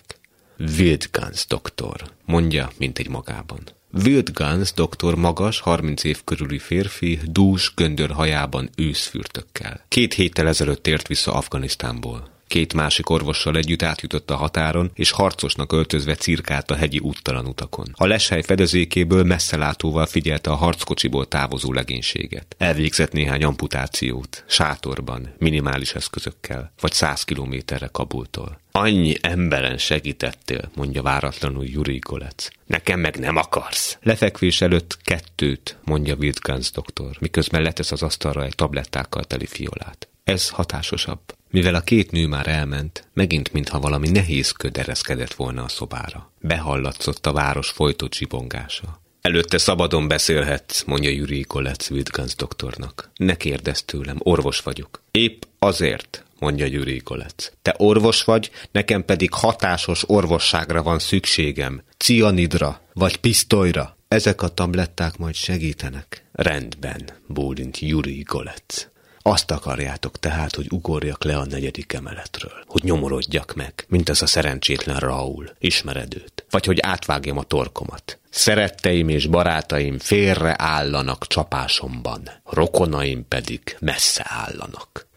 Wildgans doktor, mondja, mint egy magában. Wildgans doktor magas, harminc év körüli férfi, dús, göndör hajában őszfürtökkel. Két héttel ezelőtt tért vissza Afganisztánból. Két másik orvossal együtt átjutott a határon, és harcosnak öltözve cirkált a hegyi úttalan utakon. A leshely fedezékéből messzelátóval figyelte a harckocsiból távozó legénységet. Elvégzett néhány amputációt, sátorban, minimális eszközökkel, vagy száz kilométerre Kabultól. Annyi emberen segítettél, mondja váratlanul Jurij Kolec. Nekem meg nem akarsz. Lefekvés előtt kettőt, mondja Wildgans doktor, miközben letesz az asztalra egy tablettákkal teli fiolát. Ez hatásosabb. Mivel a két nő már elment, megint mintha valami nehéz köd ereszkedett volna a szobára. Behallatszott a város folytott zsibongása. Előtte szabadon beszélhetsz, mondja Jurij Kolec Wildgans doktornak. Ne kérdezz tőlem, orvos vagyok. Épp azért, mondja Jurij Kolec. Te orvos vagy, nekem pedig hatásos orvosságra van szükségem. Cianidra, vagy pisztolyra. Ezek a tabletták majd segítenek. Rendben, bólint Jurij Kolec. Azt akarjátok tehát, hogy ugorjak le a negyedik emeletről, hogy nyomorodjak meg, mint az a szerencsétlen Raúl, ismered őt, vagy hogy átvágjam a torkomat. Szeretteim és barátaim félre állanak csapásomban, rokonaim pedig messze állanak.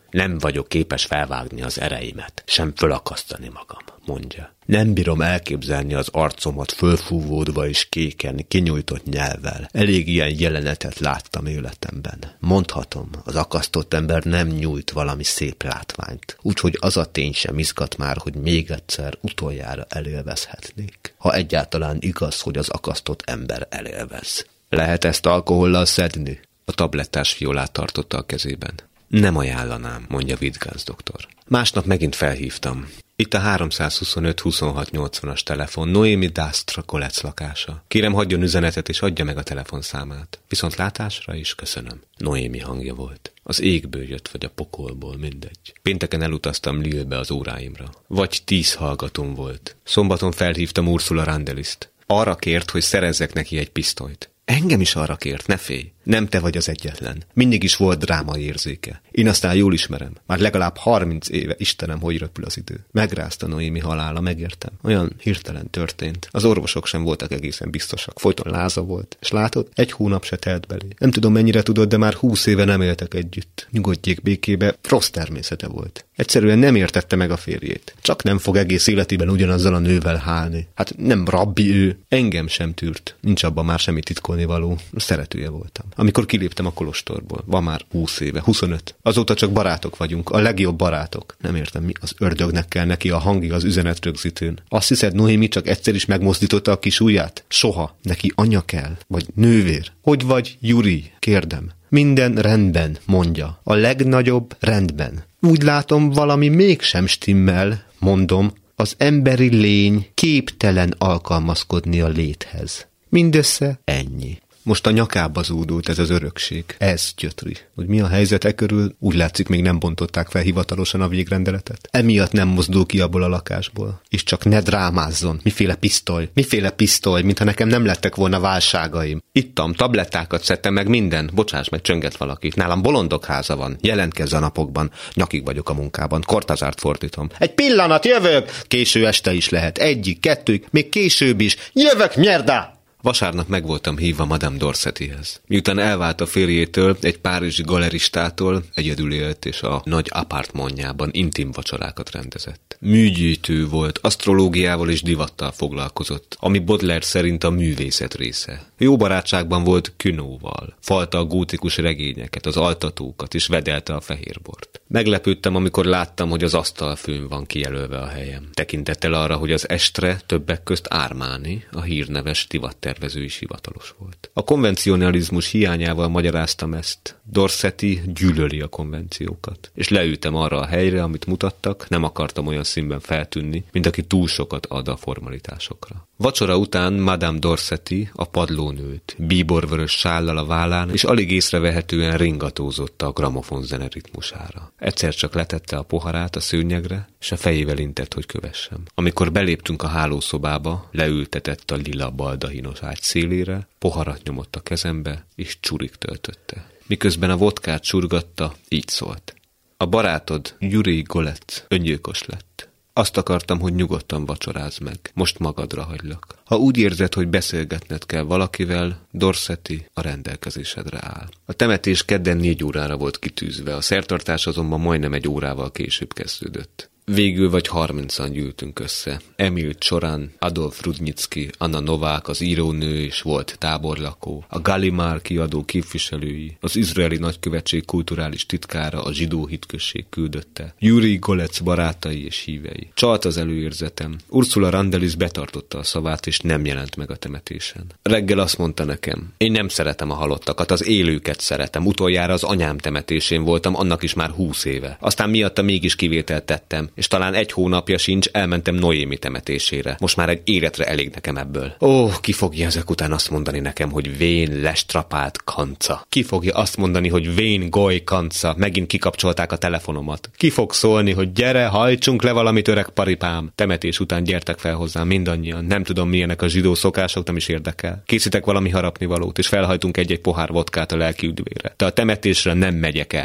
Nem vagyok képes felvágni az ereimet, sem fölakasztani magam, mondja. Nem bírom elképzelni az arcomat fölfúvódva és kéken, kinyújtott nyelvvel. Elég ilyen jelenetet láttam életemben. Mondhatom, az akasztott ember nem nyújt valami szép látványt. Úgyhogy az a tény sem izgat már, hogy még egyszer utoljára elélvezhetnék. Ha egyáltalán igaz, hogy az akasztott ember elélvez. Lehet ezt alkohollal szedni? A tablettás fiolát tartotta a kezében. Nem ajánlanám, mondja Wittgens doktor. Másnap megint felhívtam. Itt a háromszázhuszonöt huszonhat nyolcvanas telefon, Noémi Dastra Kolec lakása. Kérem, hagyjon üzenetet és adja meg a telefonszámát. Viszont látásra is köszönöm. Noémi hangja volt. Az égből jött, vagy a pokolból, mindegy. Pénteken elutaztam Lille-be az óráimra. Vagy tíz hallgatóm volt. Szombaton felhívtam Ursula Randeliszt. Arra kért, hogy szerezzek neki egy pisztolyt. Engem is arra kért, ne félj. Nem te vagy az egyetlen. Mindig is volt drámai érzéke. Én aztán jól ismerem. Már legalább harminc éve, Istenem, hogy röpül az idő. Megrázta Noémi halála, megértem. Olyan hirtelen történt. Az orvosok sem voltak egészen biztosak. Folyton láza volt. És látod, egy hónap se telt belé. Nem tudom, mennyire tudod, de már húsz éve nem éltek együtt. Nyugodjék békébe, rossz természete volt. Egyszerűen nem értette meg a férjét. Csak nem fog egész életében ugyanazzal a nővel hálni. Hát nem rabbi ő. Engem sem tűrt. Nincs abban már semmi titkolni való. Szeretője voltam. Amikor kiléptem a kolostorból, van már húsz éve, huszonöt. Azóta csak barátok vagyunk, a legjobb barátok. Nem értem, mi az ördögnek kell neki a hangja az üzenetrögzítőn. Azt hiszed, Noémi csak egyszer is megmozdította a kis ujját? Soha. Neki anya kell, vagy nővér. Hogy vagy, Juri? Kérdem. Minden rendben, mondja. A legnagyobb rendben. Úgy látom, valami mégsem stimmel, mondom. Az emberi lény képtelen alkalmazkodni a léthez. Mindössze ennyi. Most a nyakába zúdult ez az örökség. Ez gyötri. Hogy mi a helyzet e körül, úgy látszik, még nem bontották fel hivatalosan a végrendeletet. Emiatt nem mozdul ki abból a lakásból. És csak ne drámázzon. Miféle pisztoly? Miféle pisztoly, mintha nekem nem lettek volna válságaim. Ittam, tablettákat szedtem meg minden. Bocsáss meg, csönget valaki. Nálam bolondok háza van. Jelentkezz a napokban. Nyakig vagyok a munkában. Kortázárt fordítom. Egy pillanat, jövök! Késő este is lehet. Egyik, kettőig, még később is. Jövök, mierda! Vasárnap meg voltam hívva Madame Dorsettyhez. Miután elvált a férjétől, egy párizsi galeristától, egyedül élt és a nagy apartmanjában intim vacsorákat rendezett. Műgyűjtő volt, asztrológiával és divattal foglalkozott, ami Baudelaire szerint a művészet része. Jó barátságban volt Queneau-val. Falta a gótikus regényeket, az altatókat és vedelte a fehérbort. Meglepődtem, amikor láttam, hogy az asztalfőn van kijelölve a helyem. Tekintettel arra, hogy az estre többek közt Armani, a hírneves divattervező is hivatalos volt. A konvencionalizmus hiányával magyaráztam ezt. Dorsetty gyűlöli a konvenciókat. És leültem arra a helyre, amit mutattak, nem akartam olyan színben feltűnni, mint aki túl sokat ad a formalitásokra. Vacsora után Madame Dorsetty a padlón ült, bíborvörös sállal a vállán, és alig észrevehetően ringatózott a gramofon zene ritmusára. Egyszer csak letette a poharát a szőnyegre, és a fejével intett, hogy kövessem. Amikor beléptünk a hálószobába, leültetett a lila baldahinos ágy szélére, poharat nyomott a kezembe, és csurig töltötte. Miközben a vodkát csurgatta, így szólt. A barátod, Juri Golec, öngyilkos lett. Azt akartam, hogy nyugodtan vacsorázz meg. Most magadra hagylak. Ha úgy érzed, hogy beszélgetned kell valakivel, Dorsetty a rendelkezésedre áll. A temetés kedden négy órára volt kitűzve, a szertartás azonban majdnem egy órával később kezdődött. Végül vagy harmincan gyűltünk össze. Emil Csorán, Adolf Rudnicki, Anna Novák, az írónő és volt táborlakó, a Gallimard kiadó képviselői, az izraeli nagykövetség kulturális titkára, a zsidó hitközség küldötte, Juri Golec barátai és hívei. Csalt az előérzetem. Ursula Randelis betartotta a szavát, és nem jelent meg a temetésen. Reggel azt mondta nekem, én nem szeretem a halottakat, az élőket szeretem. Utoljára az anyám temetésén voltam, annak is már húsz éve. Aztán miatta mégis kivételt tettem, és talán egy hónapja sincs, elmentem Noémi temetésére. Most már egy életre elég nekem ebből. Ó, ki fogja ezek után azt mondani nekem, hogy vén lestrapált kanca? Ki fogja azt mondani, hogy vén goly kanca? Megint kikapcsolták a telefonomat. Ki fog szólni, hogy gyere, hajtsunk le valamit, öreg paripám? Temetés után gyertek fel hozzám mindannyian. Nem tudom, milyenek a zsidó szokások, nem is érdekel. Készítek valami harapnivalót, és felhajtunk egy-egy pohár vodkát a lelki üdvére. De a temetésre nem megyek el.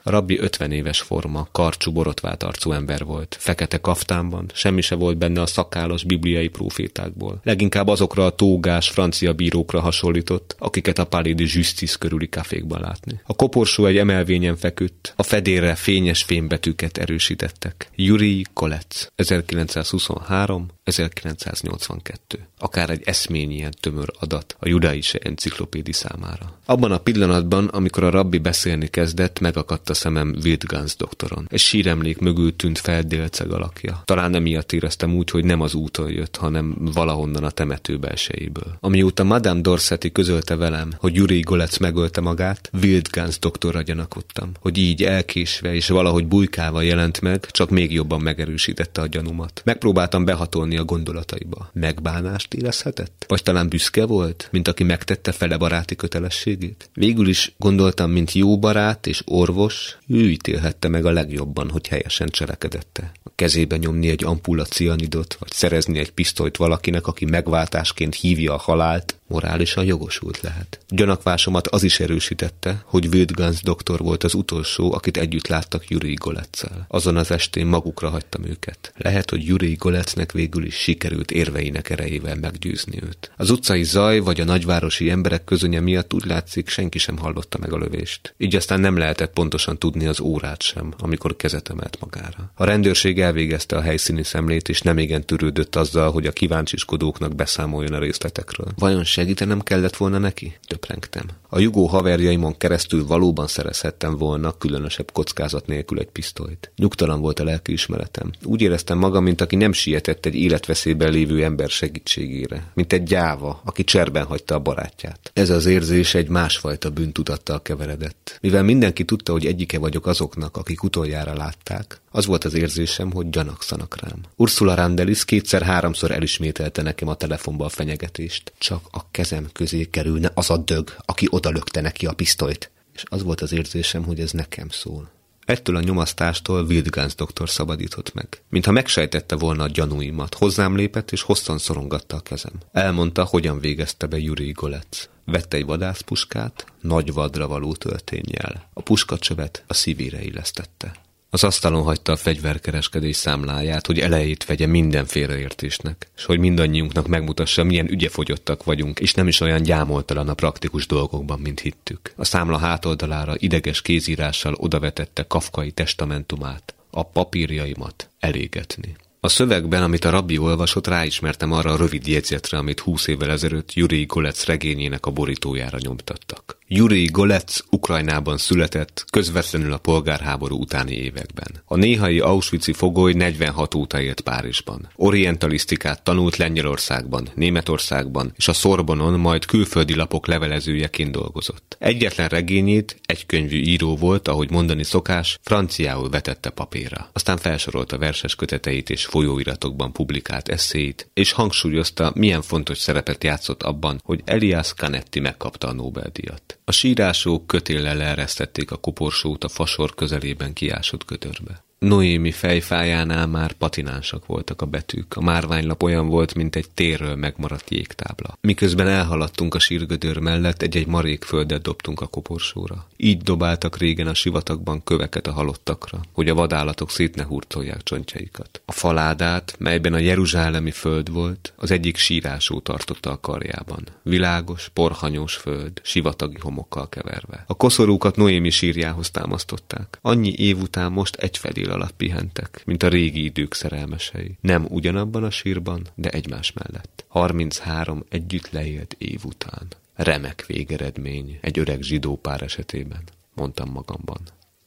A rabbi ötven éves forma, karcsú, borotvált arcú ember volt, fekete kaftánban, semmi se volt benne a szakállas bibliai profétákból. Leginkább azokra a tógás francia bírókra hasonlított, akiket a Palais de Justice körüli kafékban látni. A koporsó egy emelvényen feküdt, a fedélre fényes fémbetűket erősítettek. Jurij Golec, ezerkilencszázhuszonhárom ezerkilencszáznyolcvankettő. Akár egy eszményien tömör adat a judaische enciklopédi számára. Abban a pillanatban, amikor a rabbi beszélni kezdett, megakadt a szemem Wildgans doktoron. Egy síremlék mögül tűnt fel délceg alakja. Talán emiatt éreztem úgy, hogy nem az úton jött, hanem valahonnan a temető belsejéből. Amióta Madame Dorseti közölte velem, hogy Jurij Golec megölte magát, Wildgans doktorra gyanakodtam, hogy így elkésve és valahogy bujkálva jelent meg, csak még jobban megerősítette a gyanúmat. Megpróbáltam behatolni a gondolataiba. Megbánást érezhetett? Vagy talán büszke volt, mint aki megtette fele baráti kötelességét? Végül is gondoltam, mint jó barát és orvos, ő ítélhette meg a legjobban, hogy helyesen cselekedette. A kezébe nyomni egy ampulla cianidot, vagy szerezni egy pisztolyt valakinek, aki megváltásként hívja a halált, morálisan jogosult lehet. Gyanakvásomat az is erősítette, hogy Wildgans doktor volt az utolsó, akit együtt láttak Jurij Goleccel. Azon az estén magukra hagytam őket. Lehet, hogy Jurij Golecnek végül is sikerült érveinek erejével meggyőzni őt. Az utcai zaj vagy a nagyvárosi emberek közönye miatt úgy látszik, senki sem hallotta meg a lövést. Így aztán nem lehetett pontosan tudni az órát sem, amikor kezet emelt magára. A rendőrség elvégezte a helyszíni szemlét, és nemigen törődött azzal, hogy a kíváncsiskodóknak beszámoljon a részletekről. Vajon segítenem kellett volna neki? Töprengtem. A jugó haverjaimon keresztül valóban szerezhettem volna különösebb kockázat nélkül egy pisztolyt. Nyugtalan volt a lelkiismeretem. Úgy éreztem magam, mint aki nem sietett egy életveszélyben lévő ember segítségére. Mint egy gyáva, aki cserben hagyta a barátját. Ez az érzés egy másfajta bűntudattal keveredett. Mivel mindenki tudta, hogy egyike vagyok azoknak, akik utoljára látták, az volt az érzésem, hogy gyanakszanak rám. Ursula Randelis kétszer-háromszor elismételte nekem a telefonba a fenyegetést. Csak a kezem közé kerülne az a dög, aki odalökte neki a pisztolyt. És az volt az érzésem, hogy ez nekem szól. Ettől a nyomasztástól Wildgans doktor szabadított meg. Mintha megsejtette volna a gyanúimat, hozzám lépett és hosszan szorongatta a kezem. Elmondta, hogyan végezte be Jurij Golec. Vette egy vadászpuskát, nagy vadra való tölténnyel. A puskacsövet a szívére illesztette. Az asztalon hagyta a fegyverkereskedés számláját, hogy elejét vegye minden félreértésnek, és hogy mindannyiunknak megmutassa, milyen ügyefogyottak vagyunk, és nem is olyan gyámoltalan a praktikus dolgokban, mint hittük. A számla hátoldalára ideges kézírással odavetette kafkai testamentumát, a papírjaimat elégetni. A szövegben, amit a rabbi olvasott, ráismertem arra a rövid jegyzetre, amit húsz évvel ezelőtt Jurij Golec regényének a borítójára nyomtattak. Jurij Golec Ukrajnában született, közvetlenül a polgárháború utáni években. A néhai auschwitzi fogoly negyvenhat óta élt Párizsban. Orientalisztikát tanult Lengyelországban, Németországban, és a Szorbonon, majd külföldi lapok levelezőjeként dolgozott. Egyetlen regényét, egykönyvű író volt, ahogy mondani szokás, franciául vetette papírra. Aztán felsorolta verses köteteit és folyóiratokban publikált esszéit, és hangsúlyozta, milyen fontos szerepet játszott abban, hogy Elias Canetti megkapta a Nobel-díjat. A sírások kötéllel elresztették a koporsót a fasor közelében kiásott gödörbe. Noémi fejfájánál már patinánsak voltak a betűk, a márványlap olyan volt, mint egy térről megmaradt jégtábla. Miközben elhaladtunk a sírgödör mellett, egy-egy marék földet dobtunk a koporsóra. Így dobáltak régen a sivatagban köveket a halottakra, hogy a vadállatok szét ne hurcolják csontjaikat. A faládát, melyben a jeruzsálemi föld volt, az egyik sírásó tartotta a karjában. Világos, porhanyós föld, sivatagi homokkal keverve. A koszorúkat Noémi sírjához támasztották. Annyi év után most egyfelé alatt pihentek, mint a régi idők szerelmesei. Nem ugyanabban a sírban, de egymás mellett. harminchárom együtt leélt év után. Remek végeredmény egy öreg zsidó pár esetében, mondtam magamban.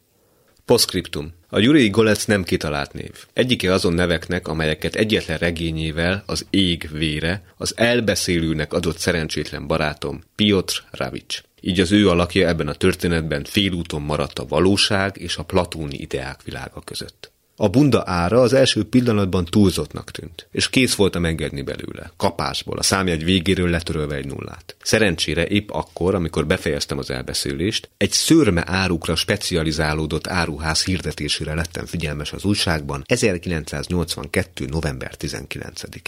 Poszkriptum. A Jurij Golec nem kitalált név. Egyike azon neveknek, amelyeket egyetlen regényével, az Ég vére, az elbeszélőnek adott szerencsétlen barátom, Piotr Ravics. Így az ő alakja ebben a történetben félúton maradt a valóság és a platóni ideák világa között. A bunda ára az első pillanatban túlzottnak tűnt, és kész voltam engedni belőle, kapásból, a számjegy végéről letörölve egy nullát. Szerencsére épp akkor, amikor befejeztem az elbeszélést, egy szőrme árukra specializálódott áruház hirdetésére lettem figyelmes az újságban ezerkilencszáznyolcvankettő november tizenkilencedikén.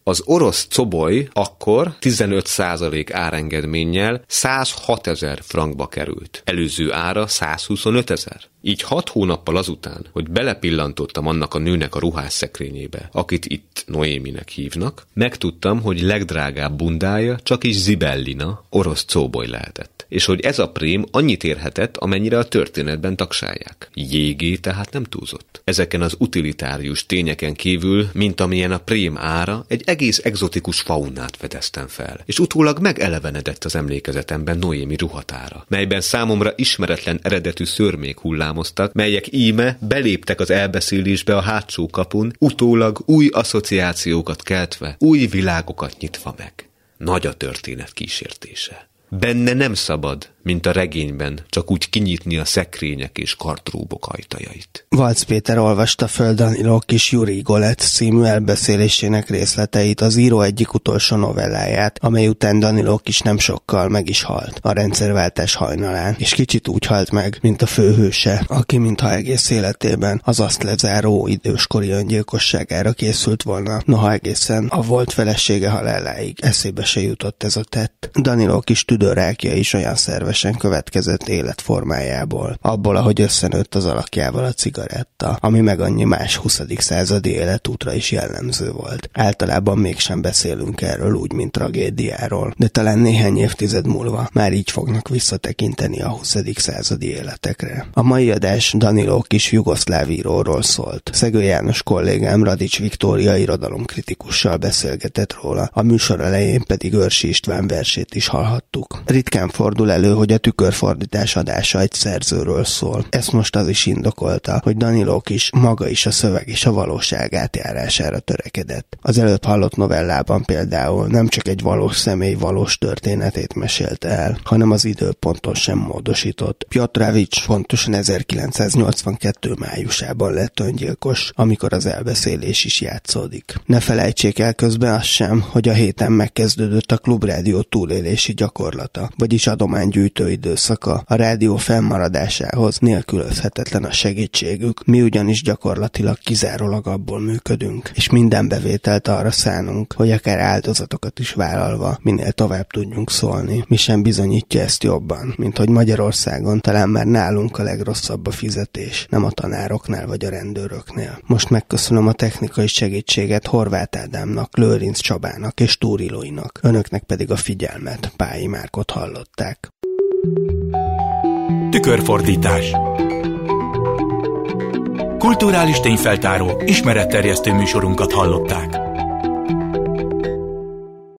Az orosz coboly akkor tizenöt százalék árengedménnyel százhatezer frankba került. Előző ára százhuszonötezer. Így hat hónappal azután, hogy belepillantottam annak a nőnek a ruhásszekrényébe, akit itt Noéminek hívnak, megtudtam, hogy legdrágább bundája csak is Zibellina, orosz cóboly lehetett. És hogy ez a prém annyit érhetett, amennyire a történetben tagsálják. Jégé tehát nem túlzott. Ezeken az utilitárius tényeken kívül, mint amilyen a prém ára, egy egész egzotikus faunát fedeztem fel, és utólag megelevenedett az emlékezetemben Noémi ruhatára, melyben számomra ismeretlen eredetű szörmék hullámoztak, melyek íme beléptek az elbeszélésbe a hátsó kapun, utólag új asszociációkat keltve, új világokat nyitva meg. Nagy a történet kísértése. Benne nem szabad, mint a regényben, csak úgy kinyitni a szekrények és kartróbok ajtajait. Valc Péter olvasta föl Danilo kis Juri Golec című elbeszélésének részleteit, az író egyik utolsó novelláját, amely után Danilo kis nem sokkal meg is halt a rendszerváltás hajnalán, és kicsit úgy halt meg, mint a főhőse, aki mintha egész életében az azt lezáró időskori öngyilkosságára készült volna, noha egészen a volt felesége haláláig eszébe se jutott ez a tett. Danilo kis tüdőrákja is olyan szerves következett életformájából, abból, ahogy összenőtt az alakjával a cigaretta, ami meg annyi más huszadik századi életútra is jellemző volt. Általában mégsem beszélünk erről úgy, mint tragédiáról, de talán néhány évtized múlva már így fognak visszatekinteni a huszadik századi életekre. A mai adás Danilo kis jugoszláv íróról szólt. Szegő János kollégám Radics Viktória irodalomkritikussal beszélgetett róla, a műsor elején pedig Őrsi István versét is hallhattuk. Ritkán fordul elő, hogy a tükörfordítás adása egy szerzőről szól. Ezt most az is indokolta, hogy Danilo is maga is a szöveg és a valóság átjárására törekedett. Az előbb hallott novellában például nem csak egy valós személy valós történetét mesélte el, hanem az időponton sem módosított. Pjotrovics pontosan ezerkilencszáznyolcvankettő májusában lett öngyilkos, amikor az elbeszélés is játszódik. Ne felejtsék el közben azt sem, hogy a héten megkezdődött a Klubrádió túlélési gyakorlata, vagyis adománygyűjtő időszaka. A rádió fennmaradásához nélkülözhetetlen a segítségük, mi ugyanis gyakorlatilag kizárólag abból működünk, és minden bevételt arra szánunk, hogy akár áldozatokat is vállalva minél tovább tudjunk szólni. Mi sem bizonyítja ezt jobban, mint hogy Magyarországon talán már nálunk a legrosszabb a fizetés, nem a tanároknál vagy a rendőröknél. Most megköszönöm a technikai segítséget Horváth Ádámnak, Lőrinc Csabának és Túrilóinak, önöknek pedig a figyelmet. Pályi Márkot hallották. Tükörfordítás. Kulturális tényfeltáró, ismeretterjesztő műsorunkat hallották.